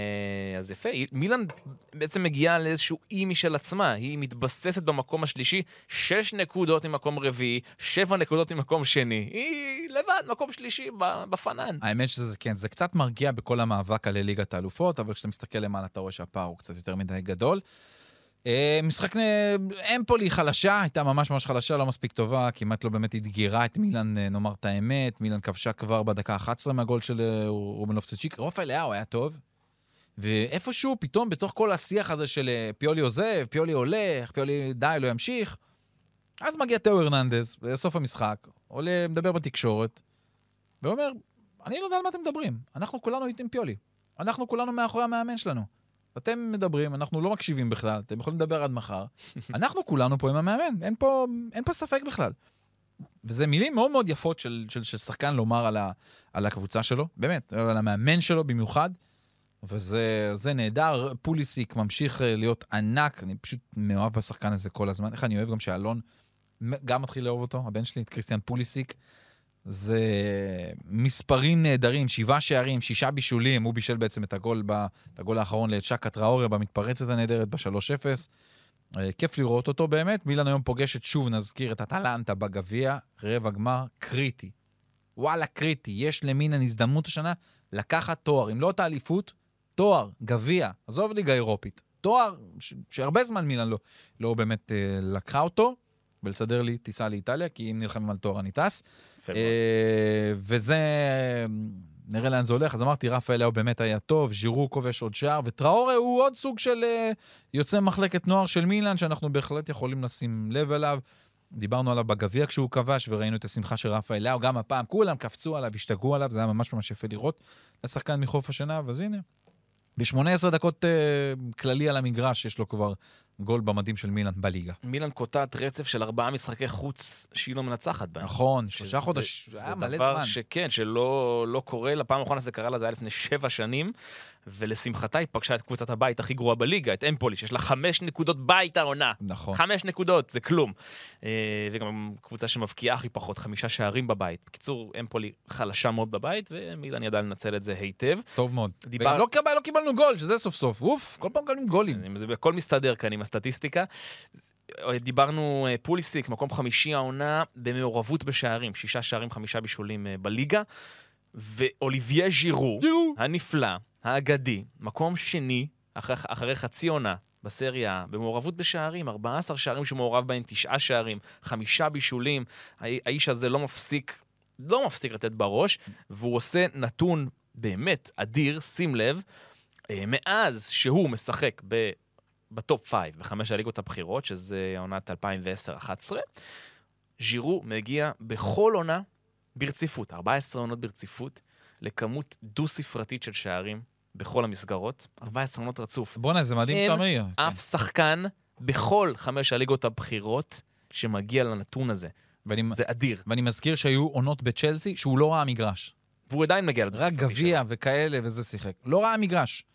אז יפה, מילאן בעצם מגיעה לאיזשהו אי משל עצמה, היא מתבססת במקום השלישי, שש נקודות ממקום רביעי, שבע נקודות ממקום שני, היא לבד, מקום שלישי בפנן. האמת שזה כן, זה קצת מרגיע בכל המאבק על ליגת האלופות, אבל כשאתה מסתכל למעלה אתה רואה שהפער הוא קצת יותר מדי גדול. משחק אמפולי חלשה, הייתה ממש ממש חלשה, לא מספיק טובה, כמעט לא באמת התגירה את מילאן, נאמר את האמת, מילאן כבשה כבר בדקה אחת עשרה מהגול של רובן לופטוס-צ'יק, רפאל לאו היה טוב, ואיפשהו פתאום בתוך כל השיח הזה של פיולי עוזב, פיולי הולך, פיולי די, לא ימשיך, אז מגיע תאו הרננדז, בסוף המשחק, עולה, מדבר בתקשורת, ואומר, אני לא יודע על מה אתם מדברים, אנחנו כולנו איתם פיולי, אנחנו כולנו מאחורי המאמן שלנו. אתם מדברים, אנחנו לא מקשיבים בכלל, אתם יכולים לדבר עד מחר. אנחנו כולנו פה עם המאמן, אין פה, אין פה ספק בכלל. וזה מילים מאוד מאוד יפות של, של, של שחקן לומר על, ה, על הקבוצה שלו, באמת, על המאמן שלו במיוחד, וזה זה נהדר. פוליסיק ממשיך להיות ענק, אני פשוט מאוהב בשחקן הזה כל הזמן. איך אני אוהב גם שאלון גם מתחיל לאהוב אותו, הבן שלי, את קריסטיאן פוליסיק. זה מספרים נהדרים, שבעה שערים, שישה בישולים, הוא בישל בעצם את הגול, ב, את הגול האחרון לצ'קה טראורי במתפרצת הנהדרת ב-שלוש אפס. כיף לראות אותו באמת. מילאן היום פוגשת שוב, נזכיר, את אטלנטה בגביע, רבע גמר קריטי. וואלה קריטי, יש למילאן הזדמנות השנה לקחת תואר, אם לא את האליפות, תואר, גביע, עזוב ליגה אירופית, תואר ש- שהרבה זמן מילאן לא, לא באמת אה, לקחה אותו, ולסדר לי טיסה לאיטליה, כי אם נלחמים על תואר אני טס. אה, וזה, נראה לאן זה הולך. אז אמרתי, רפאל לאו באמת היה טוב, ז'ירו כובש עוד שער, וטראורי הוא עוד סוג של אה, יוצא מחלקת נוער של מילאן, שאנחנו בהחלט יכולים לשים לב אליו. דיברנו עליו בגביע כשהוא כבש, וראינו את השמחה של רפאל לאו, גם הפעם כולם קפצו עליו, השתגעו עליו, זה היה ממש ממש יפה לראות לשחקן מחוף השנה, אז הנה. ב-שמונה עשרה דקות uh, כללי על המגרש, יש לו כבר גול במדים של מילאן בליגה. מילאן קוטעת רצף של ארבעה משחקי חוץ שהיא לא מנצחת בהם. נכון, שלושה חודש, זה, זה דבר שכן, שלא לא קורה, לפעם האחרונה זה קרה לה, זה היה לפני שבע שנים, ולשמחתה היא פגשה את קבוצת הבית הכי גרועה בליגה, את אמפולי, שיש לה חמש נקודות בית העונה. נכון. חמש נקודות, זה כלום. וגם קבוצה שמבקיעה הכי פחות, חמישה שערים בבית. בקיצור, אמפולי חלשה מאוד בבית, ומילאן ידע לנצל את זה היטב. טוב מאוד. דיבר... וגם לא, קבל, לא קיבלנו גול, שזה סוף סוף. אוף, כל פעם קבלנו גולים. זה הכל מסתדר כאן עם הסטטיסטיקה. דיברנו פוליסיק, מקום חמישי העונה במעורבות בשערים, שישה שערים, חמישה בישולים בליגה. ואוליביה ז'ירו, הנפלא, האגדי, מקום שני, אחרי, אחרי חצי עונה בסריה, במעורבות בשערים, ארבעה עשר שערים שמעורב בהם, תשעה שערים, חמישה בישולים, האיש הזה לא מפסיק, לא מפסיק לתת בראש, והוא עושה נתון באמת אדיר, שים לב, מאז שהוא משחק ב, בטופ חמש, בחמש הליגות הבחירות, שזה עונת אלפיים ועשר אחת עשרה, ז'ירו מגיע בכל עונה, ברציפות, ארבע עשרה עונות ברציפות, לכמות דו-ספרתית של שערים בכל המסגרות, ארבע עשרה עונות רצוף. בוא'נה, זה מדהים שאתה אומר. אין אף שחקן בכל חמש הליגות הבחירות שמגיע לנתון הזה. ואני, זה אדיר. ואני מזכיר שהיו עונות בצ'לסי שהוא לא ראה מגרש. והוא עדיין מגיע לדו-ספרתית. רק גביע וכאלה וזה שיחק. לא ראה מגרש.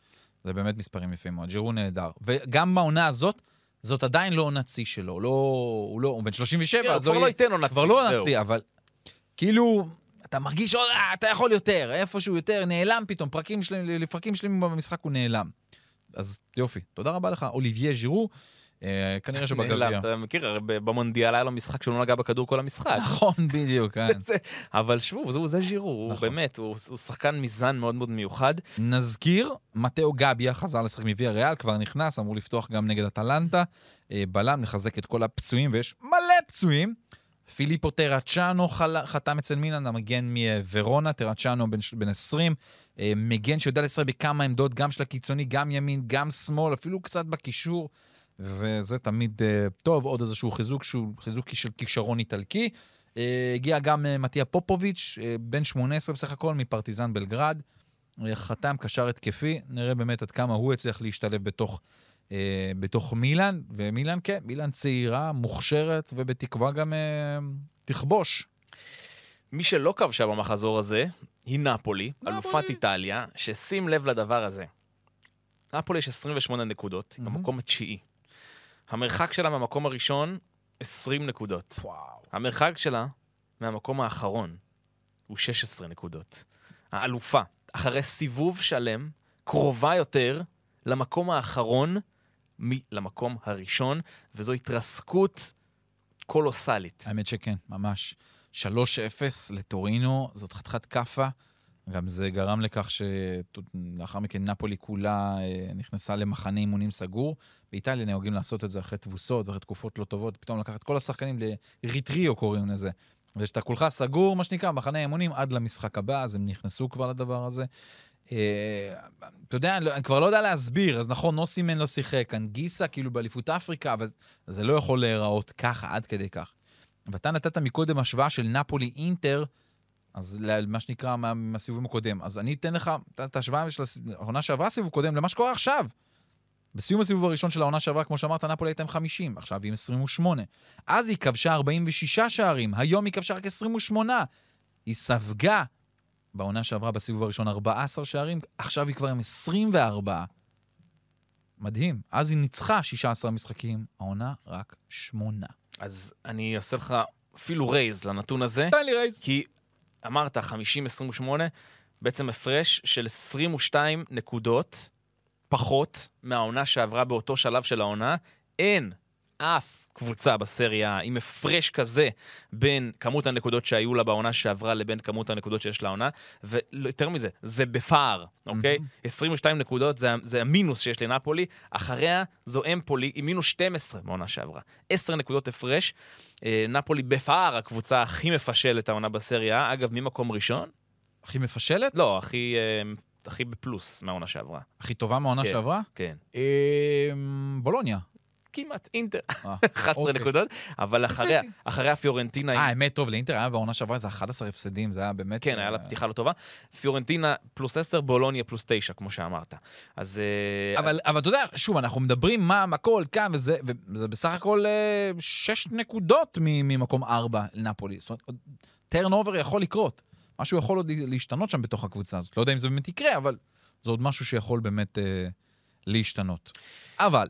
זה באמת מספרים יפים מאוד. ג'ירו נהדר. וגם בעונה הזאת, זאת עדיין לא עונת שיא שלו. לא, הוא לא, הוא בן שלושים ושבע. הוא כבר לא ייתן עונת שיא. כבר לא עונת שיא, אבל כאילו, אתה מרגיש, אתה יכול יותר, איפשהו יותר, נעלם פתאום, פרקים שלמים, לפרקים שלמים במשחק הוא נעלם. אז יופי, תודה רבה לך, אוליביה ז'ירו. כנראה שבגביע. אתה מכיר, במונדיאל היה לו משחק שהוא לא נגע בכדור כל המשחק. נכון, בדיוק. אבל שוב, זה ז'ירו, הוא באמת, הוא שחקן מזן מאוד מאוד מיוחד. נזכיר, מתאו גביה חזר לשחק מוויה ריאל, כבר נכנס, אמור לפתוח גם נגד אטלנטה, בלם, לחזק את כל הפצועים, ויש מלא פצועים. פיליפו טרצ'אנו חתם אצל מילאן, המגן מוורונה, טרצ'אנו בן עשרים, מגן שיודע לשחק בכמה עמדות, גם של הקיצוני, גם ימין, גם שמאל, אפילו קצת בקישור, וזה תמיד uh, טוב, עוד איזשהו חיזוק שהוא חיזוק של כישרון איטלקי. Uh, הגיע גם uh, מתיה פופוביץ', uh, בן שמונה עשרה בסך הכל, מפרטיזן בלגרד. Uh, חתם קשר התקפי, נראה באמת עד כמה הוא הצליח להשתלב בתוך, uh, בתוך מילאן, ומילאן כן, מילאן צעירה, מוכשרת, ובתקווה גם uh, תכבוש. מי שלא כבשה במחזור הזה, היא נפולי, נפולי. אלופת איטליה, ששים לב לדבר הזה. נפולי יש עשרים ושמונה נקודות, mm-hmm. במקום התשיעי. המרחק שלה מהמקום הראשון, עשרים נקודות. וואו. המרחק שלה מהמקום האחרון, הוא שש עשרה נקודות. האלופה, אחרי סיבוב שלם, קרובה יותר למקום האחרון למקום הראשון, וזו התרסקות קולוסלית. האמת שכן, ממש. שלוש אפס לטורינו, זאת חתיכת קפה, גם זה גרם לכך שלאחר מכן נפולי כולה נכנסה למחנה אימונים סגור. באיטליה נהוגים לעשות את זה אחרי תבוסות ואחרי תקופות לא טובות, פתאום לקחת כל השחקנים לריטריו קוראים לזה. ושאתה כולך סגור, מה שנקרא, מחנה אימונים עד למשחק הבא, אז הם נכנסו כבר לדבר הזה. אתה יודע, אני כבר לא יודע להסביר, אז נכון, נוסימן לא שיחק, אנגיסה כאילו באליפות אפריקה, אבל זה לא יכול להיראות ככה, עד כדי כך. ואתה נתת מקודם השוואה של נפולי אינטר, אז מה שנקרא מהסיבוב הקודם. אז אני אתן לך את ההשוואה של העונה שעברה סיבוב קודם, למה שקורה עכשיו. בסיום הסיבוב הראשון של העונה שעברה, כמו שאמרת, נפולי הייתה עם חמישים, עכשיו היא עם עשרים ושמונה. אז היא כבשה ארבעים ושישה שערים, היום היא כבשה רק עשרים ושמונה. היא ספגה בעונה שעברה בסיבוב הראשון ארבעה עשר שערים, עכשיו היא כבר עם עשרים וארבע. מדהים. אז היא ניצחה שישה עשר משחקים, העונה רק שמונה. אז אני עושה לך אפילו רייז לנתון הזה. תן לי רייז. כי אמרת חמישים עשרים ושמונה, בעצם הפרש של עשרים ושתיים נקודות פחות מהעונה שעברה באותו שלב של העונה. אין אף קבוצה בסריה עם הפרש כזה בין כמות הנקודות שהיו לה בעונה שעברה לבין כמות הנקודות שיש לעונה, ויותר מזה, זה בפער, אוקיי? עשרים ושתיים נקודות זה, זה המינוס שיש לנפולי, אחריה זו אמפולי עם מינוס שתים עשרה בעונה שעברה. עשר נקודות הפרש, נפולי בפער הקבוצה הכי מפשלת העונה בסריה, אגב, ממקום ראשון? הכי מפשלת? לא, הכי... הכי בפלוס מהעונה שעברה. הכי טובה מהעונה כן, שעברה? כן. בולוניה. כמעט, אינטר. אחת עשרה נקודות, אבל אחרי הפיורנטינה... אה, האמת טוב, לאינטר היה בעונה שעברה איזה אחד עשר הפסדים, זה היה באמת... כן, היה לה פתיחה לא טובה. פיורנטינה פלוס עשר, בולוניה פלוס תשע, כמו שאמרת. אז... אבל אתה יודע, שוב, אנחנו מדברים מה, הכל, כאן, וזה בסך הכל שש נקודות ממקום ארבע לנפולי. זאת אומרת, טרנאובר יכול לקרות. משהו יכול עוד להשתנות שם בתוך הקבוצה הזאת. לא יודע אם זה באמת יקרה, אבל זה עוד משהו שיכול באמת אה, להשתנות. אבל,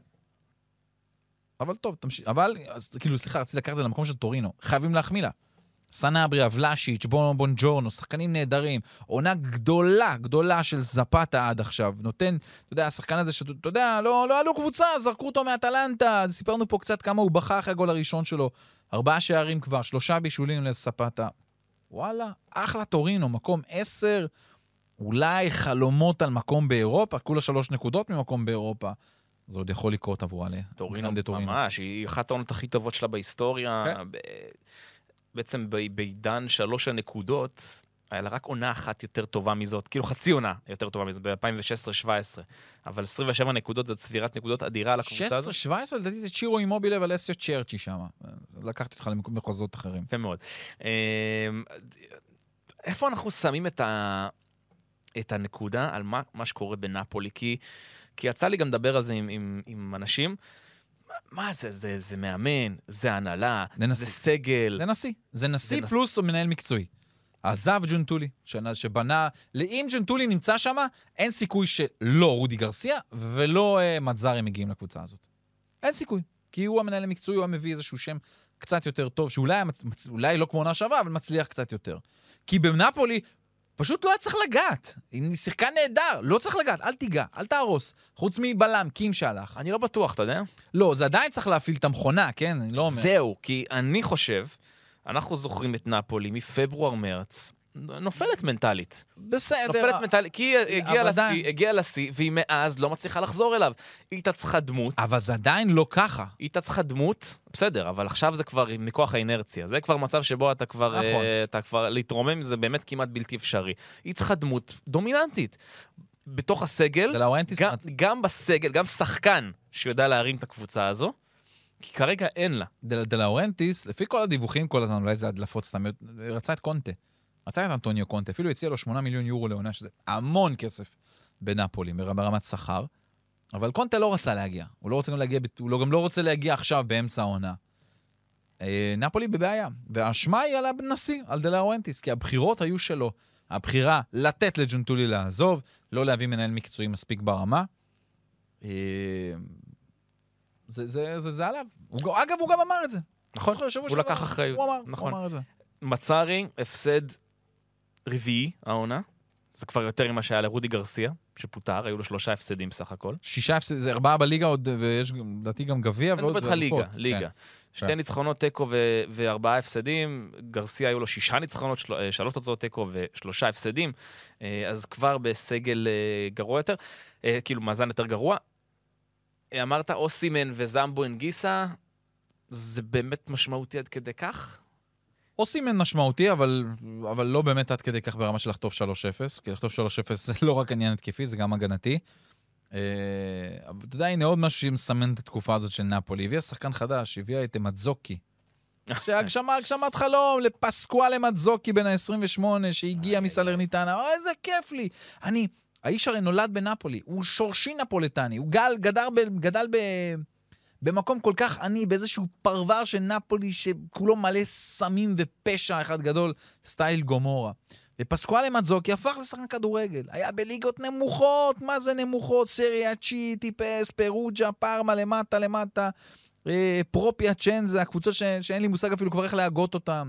אבל טוב, תמשיך. אבל, אז, כאילו, סליחה, רציתי לקחת את זה למקום של טורינו. חייבים להחמיא לה. סנאבריה, ולאשיץ', בון בונג'ורנו, שחקנים נהדרים, עונה גדולה, גדולה של זפתה עד עכשיו. נותן, אתה יודע, השחקן הזה שאתה יודע, לא, לא עלו קבוצה, זרקו אותו מאטלנטה. סיפרנו פה קצת כמה הוא בכה אחרי הגול הראשון שלו. ארבעה שערים כבר, שלושה בישולים לספתה. וואלה, אחלה טורינו, מקום עשר, אולי חלומות על מקום באירופה, כולה שלוש נקודות ממקום באירופה. זה עוד יכול לקרות עבור עליה. טורינו, ממש, היא אחת העונות הכי טובות שלה בהיסטוריה. בעצם בעידן שלוש הנקודות, היה לה רק עונה אחת יותר טובה מזאת, כאילו חצי עונה יותר טובה מזאת, ב-אלפיים ושש עשרה שבע עשרה. אבל עשרים ושבע נקודות זאת צבירת נקודות אדירה על הקבוצה הזאת. שש עשרה שבע עשרה, לדעתי זה צ'ירו אימובילה ולסיו צ'רצ'י שם. לקחתי אותך למחוזות אחרים. יפה מאוד. איפה אנחנו שמים את, ה... את הנקודה על מה, מה שקורה בנפולי? כי, כי יצא לי גם לדבר על זה עם, עם, עם אנשים. מה זה? זה, זה מאמן, זה הנהלה, זה סגל. זה נשיא. זה נשיא פלוס או מנהל מקצועי. עזב ג'ונטולי, שבנה, אם ג'ונטולי נמצא שם, אין סיכוי שלא רודי גרסיה, ולא uh, מצזרי מגיעים לקבוצה הזאת. אין סיכוי, כי הוא המנהל המקצועי, הוא המביא איזשהו שם קצת יותר טוב, שאולי אולי לא כמו עונה שווה, אבל מצליח קצת יותר. כי בנפולי, פשוט לא היה צריך לגעת. היא שיחקה נהדר, לא צריך לגעת, אל תיגע, אל תהרוס. חוץ מבלם, קים שהלך. אני לא בטוח, אתה יודע? לא, זה עדיין צריך להפעיל את המכונה, כן? אני לא אומר. זהו, כי אני חושב, אנחנו זוכרים את נפולי מפברואר-מרץ, נופלת מנטלית. בסדר. נופלת מנטלית, כי היא הגיעה לשיא, הגיעה לשיא, והיא מאז לא מצליחה לחזור אליו. היא תצחה דמות. אבל זה עדיין לא ככה. היא תצחה דמות, בסדר, אבל עכשיו זה כבר מכוח האינרציה. זה כבר מצב שבו אתה כבר, נכון. אתה כבר, להתרומם זה באמת כמעט בלתי אפשרי. היא צריכה דמות דומיננטית. בתוך הסגל, גם, גם בסגל, גם שחקן שיודע להרים את הקבוצה הזו, כי כרגע אין לה. דל, דלאורנטיס, לפי כל הדיווחים כל הזמן, אולי זה הדלפות סתם, רצה את קונטה. רצה את אנטוניו קונטה, אפילו הציע לו שמונה מיליון יורו לעונה, שזה המון כסף בנפולי, ברמת שכר. אבל קונטה לא רצה להגיע. הוא לא רוצה גם להגיע, הוא לא, גם לא רוצה להגיע עכשיו באמצע העונה. אה, נפולי בבעיה. והאשמה היא על הנשיא, על דלאורנטיס, כי הבחירות היו שלו. הבחירה לתת לג'ונטולי לעזוב, לא להביא מנהל מקצועי מספיק ברמה. אה, זה, זה, זה, זה עליו. הוא, אגב, הוא גם אמר את זה. נכון, הוא לקח אחריות. הוא אמר, נכון. הוא אמר את זה. מצרי, הפסד רביעי, העונה. זה כבר יותר ממה שהיה לרודי גרסיה, שפוטר, היו לו שלושה הפסדים בסך הכל. שישה הפסדים, זה ארבעה בליגה עוד, ויש לדעתי גם גביע. אני מדבר איתך ליגה, ליגה. שתי ניצחונות טקו וארבעה הפסדים, גרסיה היו לו שישה ניצחונות, שלוש תוצאות טקו ושלושה הפסדים, אז כבר בסגל גרוע יותר, כאילו מאזן יותר גרוע. אמרת אוסימן וזמבו אנגיסה, זה באמת משמעותי עד כדי כך? אוסימן משמעותי, אבל, אבל לא באמת עד כדי כך ברמה של לחטוף שלוש אפס, כי לחטוף שלוש אפס זה לא רק עניין התקפי, זה גם הגנתי. אבל אתה יודע, הנה עוד משהו שמסמן את התקופה הזאת של נפולי. הביאה שחקן חדש, הביאה את מצזוקי. שהגשמה, הגשמת חלום לפסקואלה מצזוקי בין ה-עשרים ושמונה, שהגיע מסלרניטנה. אוי, איזה כיף לי. אני, האיש הרי נולד בנפולי, הוא שורשי נפולטני, הוא גל, גדר ב, גדל ב... במקום כל כך עני, באיזשהו פרבר של נפולי, שכולו מלא סמים ופשע אחד גדול, סטייל גומורה. ופסקואלה מצזוקי הפך לשחקן כדורגל. היה בליגות נמוכות, מה זה נמוכות? סריה צ'י, טיפס, פרוג'ה, פארמה, למטה, למטה, אה, פרופיה צ'נזה, הקבוצות ש... שאין לי מושג אפילו כבר איך להגות אותם.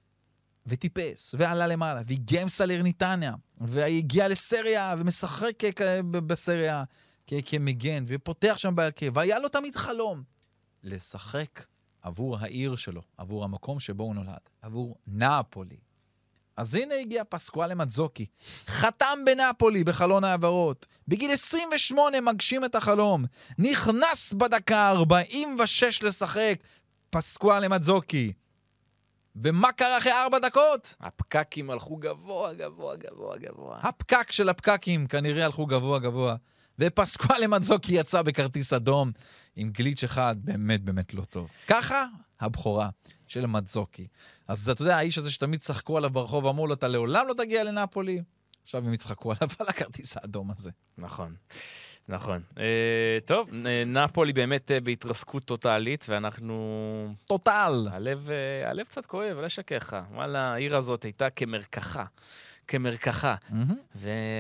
וטיפס, ועלה למעלה, והגיע עם סלרניטניה, והגיע לסריה, ומשחק בסריה, כמגן, ופותח שם בהרכב, והיה לו תמיד חלום לשחק עבור העיר שלו, עבור המקום שבו הוא נולד, עבור נפולי. אז הנה הגיע פסקואלה מצזוקי, חתם בנפולי בחלון העברות, בגיל עשרים ושמונה מגשים את החלום, נכנס בדקה ארבעים ושש לשחק, פסקואלה מצזוקי. ומה קרה אחרי ארבע דקות? הפקקים הלכו גבוה, גבוה, גבוה, גבוה. הפקק של הפקקים כנראה הלכו גבוה, גבוה. ופסקואלה מצזוקי יצא בכרטיס אדום עם גליץ' אחד באמת באמת לא טוב. ככה הבכורה של מצזוקי. אז אתה יודע, האיש הזה שתמיד צחקו עליו ברחוב, אמרו לו, אתה לעולם לא תגיע לנפולי. עכשיו הם יצחקו עליו על הכרטיס האדום הזה. נכון, נכון. אה, טוב, נפולי באמת בהתרסקות טוטלית, ואנחנו... טוטל. הלב, הלב קצת כואב, לא שקחה. וואלה, העיר הזאת הייתה כמרקחה. כמרקחה. Mm-hmm.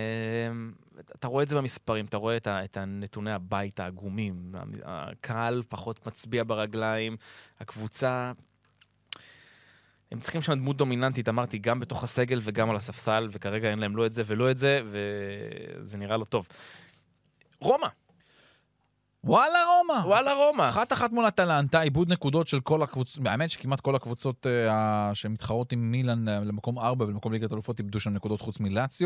ואתה רואה את זה במספרים, אתה רואה את, ה... את הנתוני הבית העגומים. הקהל פחות מצביע ברגליים, הקבוצה... הם צריכים שם דמות דומיננטית, אמרתי, גם בתוך הסגל וגם על הספסל, וכרגע אין להם לא את זה ולא את זה, וזה נראה לא טוב. רומא. וואלה רומא. וואלה רומא. אחת אחת מול אטלנטה, עיבוד נקודות של כל הקבוצות, האמת שכמעט כל הקבוצות uh, שמתחרות עם מילאן uh, למקום ארבע ולמקום ליגת אלופות איבדו שם נקודות חוץ מלאציו,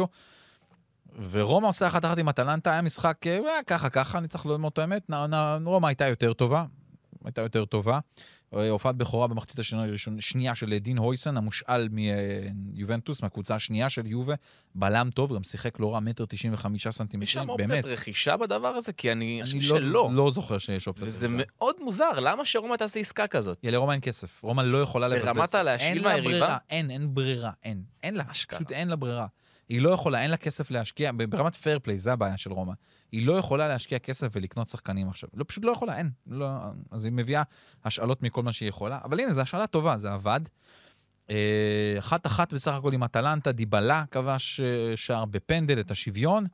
ורומא עושה אחת אחת עם אטלנטה, היה משחק uh, ככה ככה, אני צריך ללמוד את האמת, נ, נ, רומא הייתה יותר טובה, הייתה יותר טובה, הופעת בכורה במחצית השנייה של דין הויסן, המושאל מיובנטוס, מהקבוצה השנייה של יובה, בלם טוב, גם שיחק לא רע, מטר תשעים וחמישה סנטימטרים, יש שם אופציית רכישה בדבר הזה? כי אני חושב לא, שלא. לא זוכר שיש אופציית וזה רכישה. מאוד מוזר, למה שרומא תעשה עסקה כזאת? יהיה לרומא אין כסף, רומא לא יכולה לבזבז. ברמת להשאיל מהיריבה? אין, אין ברירה, אין. אין לה, פשוט אין לה ברירה. היא לא יכולה, אין לה כסף להשקיע, ברמת פייר פליי, זה הבעיה של רומא. היא לא יכולה להשקיע כסף ולקנות שחקנים עכשיו. לא, פשוט לא יכולה, אין. לא, אז היא מביאה השאלות מכל מה שהיא יכולה. אבל הנה, זו השאלה טובה, זה עבד. אחת אחת בסך הכל עם אטלנטה, דיבלה כבש שער בפנדל את השוויון,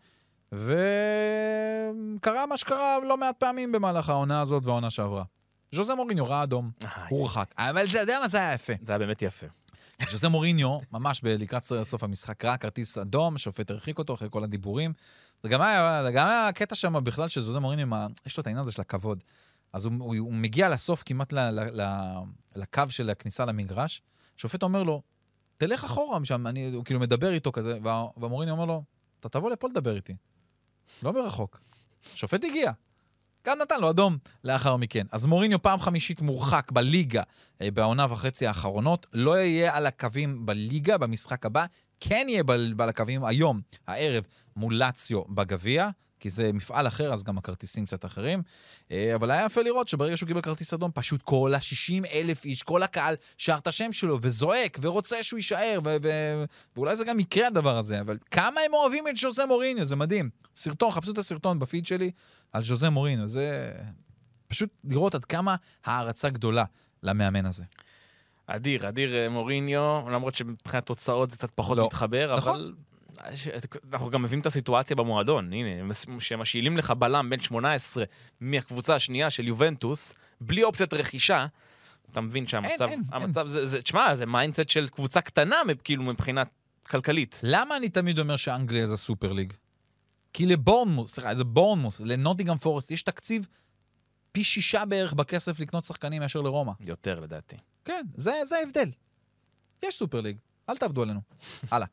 וקרה מה שקרה לא מעט פעמים במהלך העונה הזאת והעונה שעברה. ז'וזה מוריניו ראה אדום, הוא רחק. אבל אתה יודע מה, זה היה יפה. זה היה באמת יפה. ז'וזה מוריניו, ממש לקראת סוף המשחק, ראה כרטיס אדום, השופט הרחיק אותו אחרי כל הדיבורים. זה גם היה, גם היה הקטע שם בכלל של ז'וזה מוריניו, יש לו את העניין הזה של הכבוד. אז הוא, הוא, הוא מגיע לסוף כמעט ל, ל, ל, לקו של הכניסה למגרש, השופט אומר לו, תלך אחורה משם, אני, הוא כאילו מדבר איתו כזה, וה, והמוריניו אומר לו, אתה תבוא לפה לדבר איתי. לא מרחוק. השופט הגיע. גם נתן לו אדום לאחר מכן. אז מוריניו פעם חמישית מורחק בליגה בעונה וחצי האחרונות, לא יהיה על הקווים בליגה במשחק הבא, כן יהיה על הקווים היום, הערב, מול לאציו בגביע, כי זה מפעל אחר, אז גם הכרטיסים קצת אחרים. אבל היה יפה לראות שברגע שהוא קיבל כרטיס אדום, פשוט כל ה-שישים אלף איש, כל הקהל שר את השם שלו וזועק ורוצה שהוא יישאר, ו- ו- ואולי זה גם יקרה הדבר הזה, אבל כמה הם אוהבים את ז'וזה מוריניו, זה מדהים. סרטון, חפשו את הסרטון בפיד שלי על ז'וזה מוריניו, זה פשוט לראות עד כמה הערצה גדולה למאמן הזה. אדיר, אדיר מוריניו, למרות שמבחינת תוצאות זה קצת פחות לא. מתחבר, נכון. אבל... אנחנו גם מביאים את הסיטואציה במועדון, הנה, שמשאילים לך בלם בין שמונה עשרה מהקבוצה השנייה של יובנטוס, בלי אופציית רכישה, אתה מבין שהמצב, אין, המצב, אין. זה, זה, תשמע, זה מיינדסט של קבוצה קטנה, כאילו, מבחינת כלכלית. למה אני תמיד אומר שאנגליה זה סופר ליג? כי לבורנמוס, סליחה, זה בורנמוס, לנוטינגהאם פורסט, יש תקציב פי שישה בערך בכסף לקנות שחקנים מאשר לרומא. יותר, לדעתי. כן, זה, זה ההבדל. יש סופר ליג, אל תעבדו עלינו. הלאה.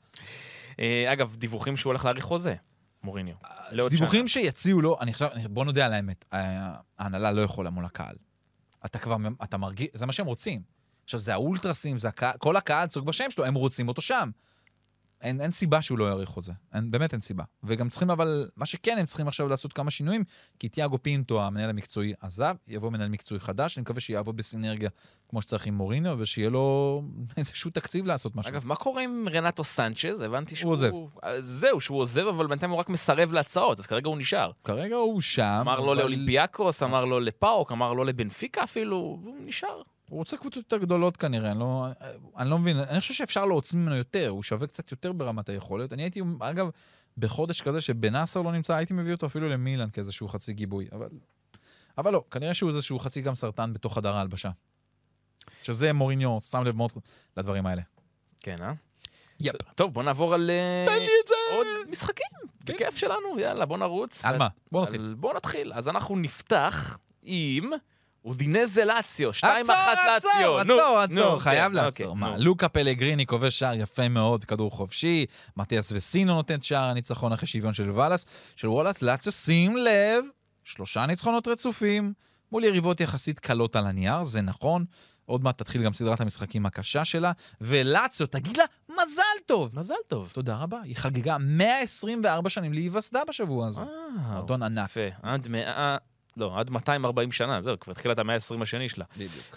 אגב, דיווחים שהוא הולך להאריך חוזה, מוריניו. דיווחים שיציעו לו, אני חושב, בוא נודע על האמת, ההנהלה לא יכולה מול הקהל. אתה כבר, אתה מרגיש, זה מה שהם רוצים. עכשיו, זה האולטרסים, זה הקהל, כל הקהל צוג בשם שלו, הם רוצים אותו שם. אין, אין סיבה שהוא לא יאריך חוזה. אין, באמת אין סיבה. וגם צריכים, אבל, מה שכן, הם צריכים עכשיו לעשות כמה שינויים, כי תיאגו פינטו, המנהל המקצועי, עזב, יבוא מנהל מקצועי חדש, אני מקווה שיעבוד בסינרגיה כמו שצריך עם מוריניו, ושיהיה לו איזשהו תקציב לעשות משהו. אגב, מה קורה עם רנטו סנצ'ז? הבנתי שהוא... הוא עוזב. זהו, שהוא עוזב, אבל בינתיים הוא רק מסרב להצעות, אז כרגע הוא נשאר. כרגע הוא שם. אמר לו לאולימפיאקוס, אמר לו לפאוק, אמר לו לבנפיקה אפילו, הוא נשאר. הוא רוצה קבוצות יותר גדולות כנראה, אני לא, אני לא מבין, אני חושב שאפשר להוציא ממנו יותר, הוא שווה קצת יותר ברמת היכולת. אני הייתי, אגב, בחודש כזה שבנאסר לא נמצא, הייתי מביא אותו אפילו למילן כאיזשהו חצי גיבוי, אבל, אבל לא, כנראה שהוא איזשהו חצי גם סרטן בתוך חדר ההלבשה. שזה מוריניו, שם לב מאוד לדברים האלה. כן, אה? יפ. טוב, בוא נעבור על תן לי את זה! עוד משחקים. בכיף שלנו, יאללה, בוא נרוץ. על מה? בוא נתחיל. בוא נתחיל. אז אנחנו נפתח עם... אודינזה לאציו, שתיים אחת לאציו. עצור, עצור, עצור, חייב לעצור. מה, לוקה פלגריני כובש שער יפה מאוד, כדור חופשי, מתיאס וסינו נותן שער הניצחון אחרי שוויון של וואלאס, של וואלאס, לאציו, שים לב, שלושה ניצחונות רצופים, מול יריבות יחסית קלות על הנייר, זה נכון, עוד מעט תתחיל גם סדרת המשחקים הקשה שלה, ולאציו, תגיד לה, מזל טוב. מזל טוב. תודה רבה, היא חגיגה מאה עשרים וארבע שנים להיווסדה בשבוע הזה. מועדון ענק. יפה, עד מאה... לא, עד מאתיים וארבעים שנה, זהו, כבר התחילה את המאה העשרים השני שלה. בדיוק.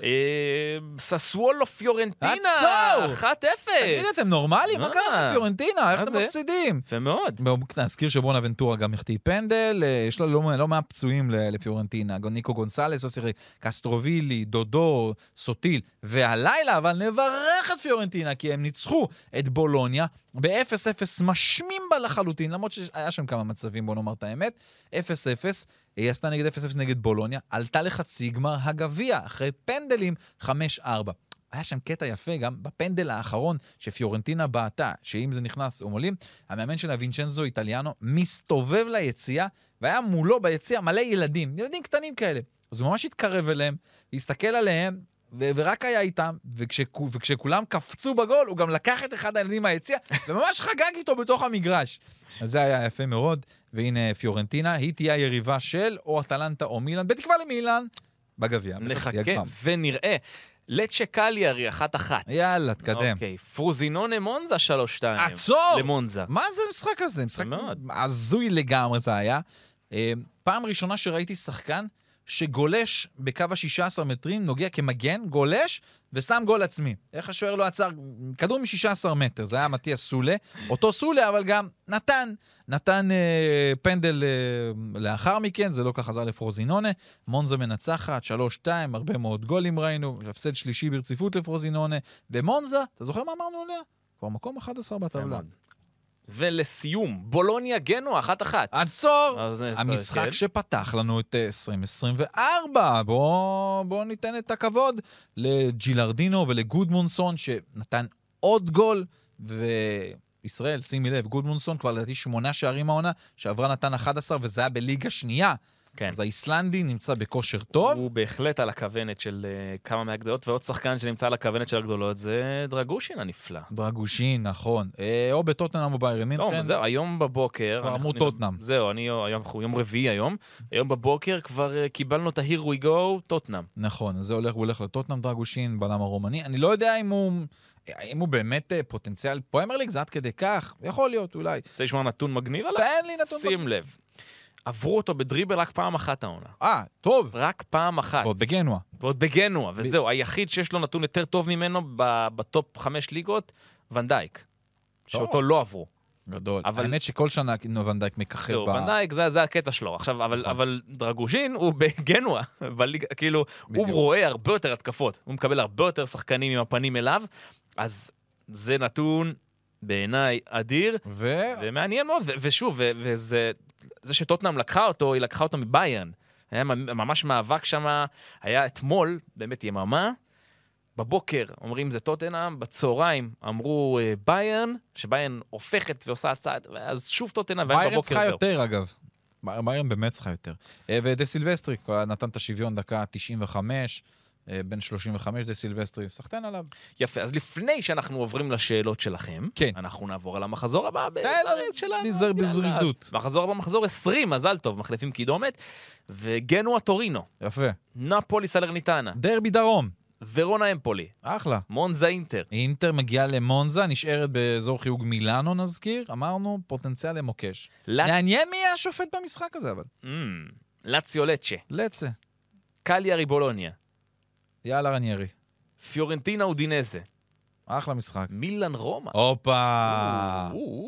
ססוולו פיורנטינה, אחת אפס. תגיד, אתם נורמלים? מה קרה פיורנטינה? איך אתם מפסידים? יפה מאוד. נזכיר שבונה ונטורה גם החטיא פנדל, יש לה לא מעט פצועים לפיורנטינה, ניקו גונסלס, קסטרובילי, דודו, סוטיל, והלילה, אבל נברך את פיורנטינה, כי הם ניצחו את בולוניה, ב-אפס אפס משמים בה לחלוטין, למרות שהיה שם כמה מצבים, בוא נאמר את האמת, אפס אפס, היא עשתה נגד אפס אפס נגד בולוניה, עלתה לחצי גמר הגביע, אחרי פנדלים חמש ארבע. היה שם קטע יפה גם בפנדל האחרון שפיורנטינה בעטה, שאם זה נכנס עומולים, המאמן שלה וינצ'נזו איטליאנו מסתובב ליציאה, והיה מולו ביציאה מלא ילדים, ילדים קטנים כאלה. אז הוא ממש התקרב אליהם, הסתכל עליהם, ו- ורק היה איתם, וכשכו- וכשכולם קפצו בגול, הוא גם לקח את אחד הילדים מהיציאה, וממש חגג איתו בתוך המגרש. אז זה היה יפה מאוד, והנה פיורנטינה, היא תהיה היריבה של או אטלנטה או מילאן, בתקווה למילאן, בגביע. נחכה ונראה. לצ'ה קליארי, אחת אחת. יאללה, תקדם. אוקיי, פרוזינונה מונזה, שלוש שתיים. עצור! למונזה. מה זה המשחק הזה? משחק הזוי לגמרי זה היה. פעם ראשונה שראיתי שחקן שגולש בקו ה-שישה עשר מטרים, נוגע כמגן, גולש, ושם גול עצמי. איך השוער לא עצר? כדור מ-שישה עשר מטר, זה היה מתיאס סולה. אותו סולה, אבל גם נתן, נתן אה, פנדל אה, לאחר מכן, זה לא כך חזר לפרוזינונה. מונזה מנצחת, שלוש שתיים, הרבה מאוד גולים ראינו, הפסד שלישי ברציפות לפרוזינונה. במונזה, אתה זוכר מה אמרנו עליה? כבר מקום אחד עשר בטבלה. ולסיום, בולוניה גנוע, אחת אחת. עשור! המשחק שפתח לנו את עשרים עשרים וארבע. בואו בוא ניתן את הכבוד לג'ילרדינו ולגודמונסון, שנתן עוד גול, וישראל, שימי לב, גודמונסון כבר לדעתי שמונה שערים העונה, שעברה נתן אחד עשר, וזה היה בליגה שנייה. כן. אז האיסלנדי נמצא בכושר טוב. הוא בהחלט על הכוונת של uh, כמה מהגדולות, ועוד שחקן שנמצא על הכוונת של הגדולות זה דרגושין הנפלא. דרגושין, נכון. אה, או בטוטנאם או ביירן מינכן. לא, זהו, היום בבוקר... כבר אמרו טוטנאם. זהו, אני, היום, יום רביעי היום. היום בבוקר כבר uh, קיבלנו את ה-Here we go, טוטנאם. נכון, אז זה הולך, הוא הולך לטוטנאם דרגושין, בלם הרומני. אני לא יודע אם הוא... אם הוא באמת uh, פוטנציאל פרמייר ליג, זה עד כדי כך. יכול להיות, אולי. רוצה לשמוע נתון מגניב עליו? תן לי נתון שים לב. עברו אותו בדריבל רק פעם אחת העונה. אה, טוב. רק פעם אחת. ועוד בגנוע. ועוד בגנוע, וזהו. היחיד שיש לו נתון יותר טוב ממנו בטופ חמש ליגות, ונדייק. שאותו לא עברו. גדול. האמת שכל שנה ונדייק מכחר ב... זהו, ונדייק זה הקטע שלו. עכשיו, אבל דרגושין הוא בגנוע. כאילו, הוא רואה הרבה יותר התקפות. הוא מקבל הרבה יותר שחקנים עם הפנים אליו. אז זה נתון בעיניי אדיר. ומעניין מאוד. ושוב, וזה... זה שטוטנאם לקחה אותו, היא לקחה אותו מביירן. היה ממש מאבק שם, היה אתמול, באמת יממה, בבוקר אומרים זה טוטנאם, בצהריים אמרו ביירן, שביירן הופכת ועושה צעד, ואז שוב טוטנאם, והם בבוקר זהו. ביירן צריכה יותר אגב. ביירן באמת צריכה יותר. ודה סילבסטרי, נתן את השוויון דקה תשעים וחמש, בין שלושים וחמש דה סילבסטרי, סחטן עליו. יפה, אז לפני שאנחנו עוברים לשאלות שלכם, כן. אנחנו נעבור על המחזור הבא בזריז שלנו. נזר בזריזות. מחזור הבא, מחזור עשרים, מזל טוב, מחליפים קידומת, וגנוע טורינו. יפה. נפולי סלרניטנה. דרבי דרום. ורונה אמפולי. אחלה. מונזה אינטר. אינטר מגיעה למונזה, נשארת באזור חיוג מילאנו נזכיר, אמרנו פוטנציאל למוקש. לצ... מעניין מי יהיה השופט במשחק הזה אבל. Mm, לציו לצ'ה. לצה. קליארי בולוניה. יאללה רניירי. פיורנטינה אודינזה. אחלה משחק. מילאן רומא. הופה.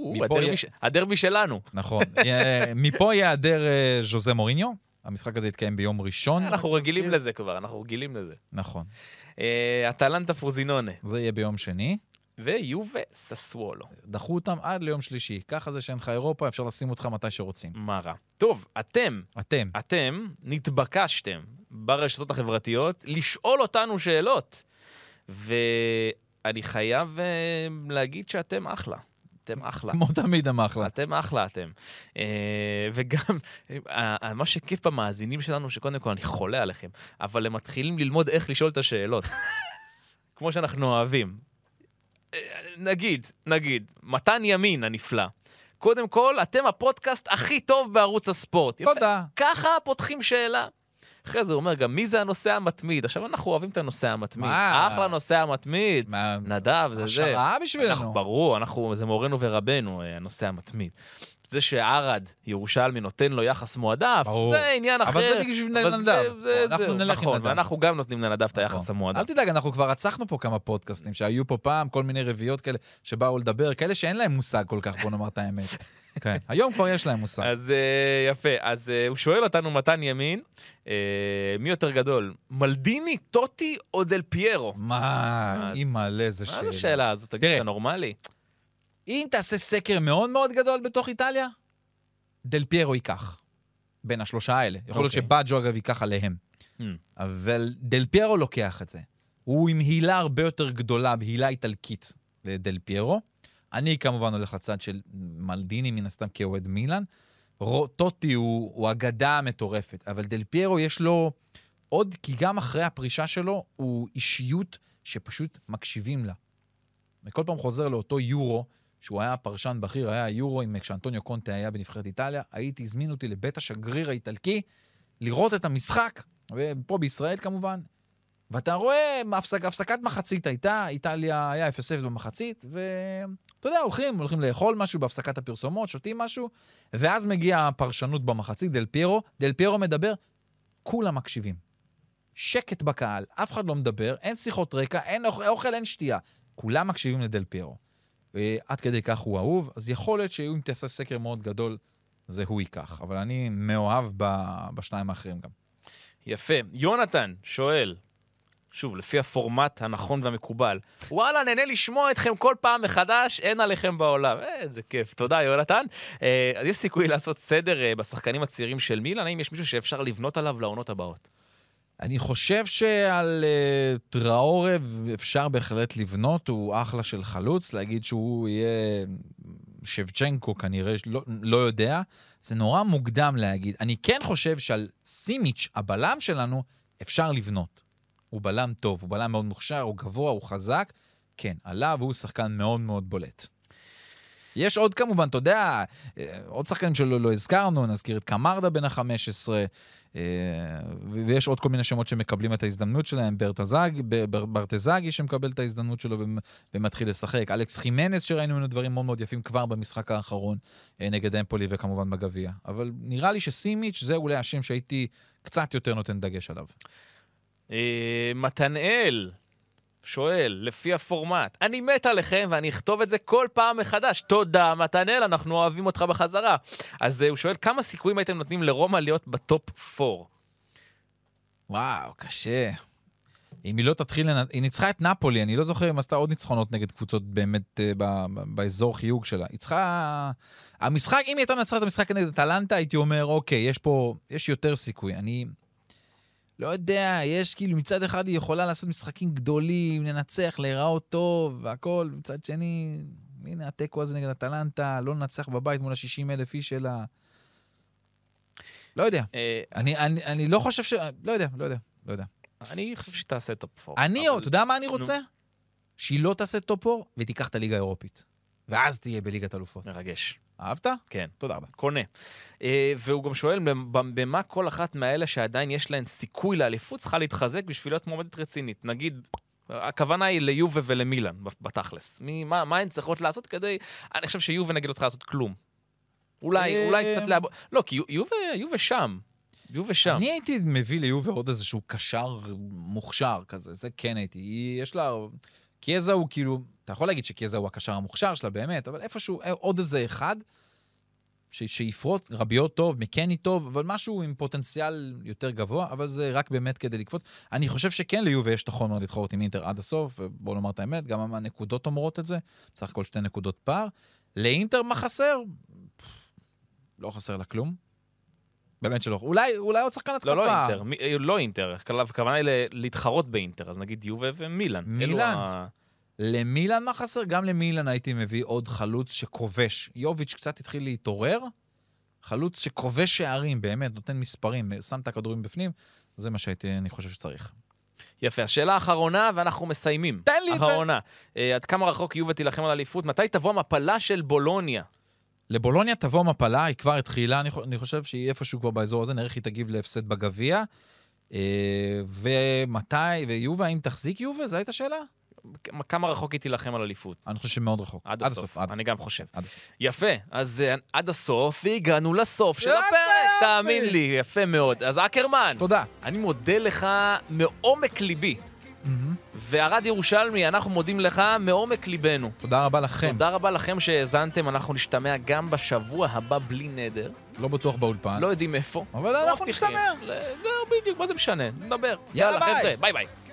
הדרבי שלנו. נכון. מפה יעדר ז'וזה מוריניו. המשחק הזה יתקיים ביום ראשון. אנחנו רגילים לזה כבר, אנחנו רגילים לזה. נכון. אטלנטה פרוזינונה. זה יהיה ביום שני. ויובה ססוולו. דחו אותם עד ליום שלישי. ככה זה שאין לך אירופה, אפשר לשים אותך מתי שרוצים. מה רע. טוב, אתם, אתם, אתם נתבקשתם ברשתות החברתיות לשאול אותנו שאלות. ואני חייב uh, להגיד שאתם אחלה. אתם אחלה. כמו תמיד הם אחלה. אתם אחלה, אתם. Uh, וגם, uh, מה שכיף במאזינים שלנו, שקודם כל אני חולה עליכם, אבל הם מתחילים ללמוד איך לשאול את השאלות. כמו שאנחנו אוהבים. נגיד, נגיד, מתן ימין הנפלא. קודם כל, אתם הפודקאסט הכי טוב בערוץ הספורט. תודה. ככה פותחים שאלה. אחרי זה הוא אומר גם, מי זה הנושא המתמיד? עכשיו אנחנו אוהבים את הנושא המתמיד. אחלה נושא המתמיד. נדב, זה זה. השראה בשבילנו. ברור, אנחנו, זה מורנו ורבנו, הנושא המתמיד. זה שערד ירושלמי נותן לו יחס מועדף, זה עניין אחר. אבל זה בשביל נדב. אנחנו נלך עם נדב. ואנחנו גם נותנים לנדב את היחס המועדף. אל תדאג, אנחנו כבר רצחנו פה כמה פודקאסטים, שהיו פה פעם כל מיני רביעיות כאלה שבאו לדבר, כאלה שאין להם מושג כל כך, בוא נאמר את האמת. היום כבר יש להם מושג. אז יפה, אז הוא שואל אותנו מתן ימין, מי יותר גדול, מלדיני, טוטי או דל פיירו? מה, אימא, איזה שאלה. מה זה שאלה הזאת? תגיד, אתה נורמלי? אם תעשה סקר מאוד מאוד גדול בתוך איטליה, דל פיירו ייקח. בין השלושה האלה. יכול להיות שבאג'ו אגב ייקח עליהם. אבל דל פיירו לוקח את זה. הוא עם הילה הרבה יותר גדולה, בהילה איטלקית לדל פיירו. אני כמובן הולך לצד של מלדיני, מן הסתם כאוהד מילאן. טוטי הוא, הוא אגדה מטורפת. אבל דל פיירו יש לו עוד, כי גם אחרי הפרישה שלו, הוא אישיות שפשוט מקשיבים לה. וכל פעם חוזר לאותו יורו, שהוא היה פרשן בכיר, היה יורו, עם כשאנטוניו קונטה היה בנבחרת איטליה, הייתי, הזמין אותי לבית השגריר האיטלקי, לראות את המשחק, ופה בישראל כמובן, ואתה רואה, הפסק, הפסקת מחצית הייתה, איטליה היה אפס אפס במחצית, ואתה יודע, הולכים, הולכים לאכול משהו בהפסקת הפרסומות, שותים משהו, ואז מגיעה הפרשנות במחצית, דל פיירו, דל פיירו מדבר, כולם מקשיבים. שקט בקהל, אף אחד לא מדבר, אין שיחות רקע, אין אוכל, אין שתייה. כולם מקשיבים לדל פיירו. עד כדי כך הוא אהוב, אז יכול להיות שאם תעשה סקר מאוד גדול, זה הוא ייקח. אבל אני מאוהב בשניים האחרים גם. יפה. יונתן שואל, שוב, לפי הפורמט הנכון והמקובל, וואלה, נהנה לשמוע אתכם כל פעם מחדש, אין עליכם בעולם. איזה כיף. תודה, יונתן. אז יש סיכוי לעשות סדר בשחקנים הצעירים של מילאן? האם יש מישהו שאפשר לבנות עליו לעונות הבאות? אני חושב שעל uh, טראורב אפשר בהחלט לבנות, הוא אחלה של חלוץ, להגיד שהוא יהיה שבצ'נקו כנראה, לא, לא יודע, זה נורא מוקדם להגיד. אני כן חושב שעל סימיץ', הבלם שלנו, אפשר לבנות. הוא בלם טוב, הוא בלם מאוד מוכשר, הוא גבוה, הוא חזק, כן, עליו הוא שחקן מאוד מאוד בולט. יש עוד כמובן, אתה יודע, עוד שחקנים שלא לא הזכרנו, נזכיר את קמרדה בן ה-חמש עשרה, ויש עוד כל מיני שמות שמקבלים את ההזדמנות שלהם, ברטזאגי, ברטזאגי שמקבל את ההזדמנות שלו ומתחיל לשחק, אלכס חימנס שראינו לנו דברים מאוד מאוד יפים כבר במשחק האחרון נגד אמפולי וכמובן בגביע. אבל נראה לי שסימיץ' זה אולי השם שהייתי קצת יותר נותן דגש עליו. מתנאל שואל, לפי הפורמט, אני מת עליכם ואני אכתוב את זה כל פעם מחדש. תודה, מתנאל, אנחנו אוהבים אותך בחזרה. אז הוא שואל, כמה סיכויים הייתם נותנים לרומא להיות בטופ ארבע? וואו, קשה. אם היא לא תתחיל, לנ... היא ניצחה את נפולי, אני לא זוכר אם עשתה עוד ניצחונות נגד קבוצות באמת ב... באזור חיוג שלה. היא צריכה... המשחק, אם היא הייתה מנצחה את המשחק נגד אטלנטה, הייתי אומר, אוקיי, יש פה, יש יותר סיכוי. אני... לא יודע, יש כאילו מצד אחד היא יכולה לעשות משחקים גדולים, לנצח, להיראות טוב והכל, מצד שני, הנה התיקו הזה נגד אטלנטה, לא לנצח בבית מול ה-שישים אלף איש שלה. לא יודע. אני, אני, אני לא חושב ש... לא יודע, לא יודע, לא יודע. אני חושב שתעשה טופ ארבע. אני, אתה יודע מה אני רוצה? שהיא לא תעשה טופ ארבע ותיקח את הליגה האירופית. ואז תהיה בליגת אלופות. מרגש. אהבת? כן. תודה רבה. קונה. והוא גם שואל, במה כל אחת מהאלה שעדיין יש להן סיכוי לאליפות צריכה להתחזק בשביל להיות מועמדת רצינית? נגיד, הכוונה היא ליובה ולמילאן בתכלס. מה, מה הן צריכות לעשות כדי... אני חושב שיובה נגיד לא צריכה לעשות כלום. אולי, אולי קצת לאבוא... לא, כי יובה, יובה שם. יובה שם. אני הייתי מביא ליובה עוד איזשהו קשר מוכשר כזה. זה כן הייתי. יש לה... קיאזה הוא כאילו... אתה יכול להגיד שקיאזה הוא הקשר המוכשר שלה באמת, אבל איפשהו עוד איזה אחד ש... שיפרוט רביות טוב, מקני טוב, אבל משהו עם פוטנציאל יותר גבוה, אבל זה רק באמת כדי לקפוץ. אני חושב שכן ליובה יש את החומר להתחרות עם אינטר עד הסוף, ובואו נאמר את האמת, גם הנקודות אומרות את זה, בסך הכל שתי נקודות פער. לאינטר מה חסר? לא חסר לה כלום. באמת שלא. אולי, אולי עוד שחקן התקפה. לא, לא אינטר. מ... לא אינטר. הכוונה היא להתחרות באינטר, אז נגיד יובה ומילאן. מילאן? ה... למילאן מה חסר? גם למילאן הייתי מביא עוד חלוץ שכובש. יוביץ' קצת התחיל להתעורר. חלוץ שכובש שערים, באמת, נותן מספרים, שם את הכדורים בפנים. זה מה שהייתי, אני חושב שצריך. יפה, השאלה האחרונה, ואנחנו מסיימים. תן לי את זה. האחרונה. עד כמה רחוק יובה תילחם על אליפות? מתי תבוא המפלה של בולוניה? לבולוניה תבוא מפלה, היא כבר התחילה, אני חושב שהיא איפשהו כבר באזור הזה, נראה איך היא תגיב להפסד בגביע. ומתי, ויובה, האם תחזיק יובה? זו הייתה שאלה? כמה רחוק היא תילחם על אליפות? אני חושב שמאוד רחוק. עד הסוף, אני גם חושב. עד הסוף. יפה, אז עד הסוף, והגענו לסוף של הפרק, תאמין לי, יפה מאוד. אז אקרמן, תודה. אני מודה לך מעומק ליבי. וערד ירושלמי, אנחנו מודים לך מעומק ליבנו. תודה רבה לכם. תודה רבה לכם שהאזנתם, אנחנו נשתמע גם בשבוע הבא בלי נדר. לא בטוח באולפן. לא יודעים איפה. אבל אנחנו נשתמע. לא, בדיוק, מה זה משנה? נדבר. יאללה, ביי. ביי ביי.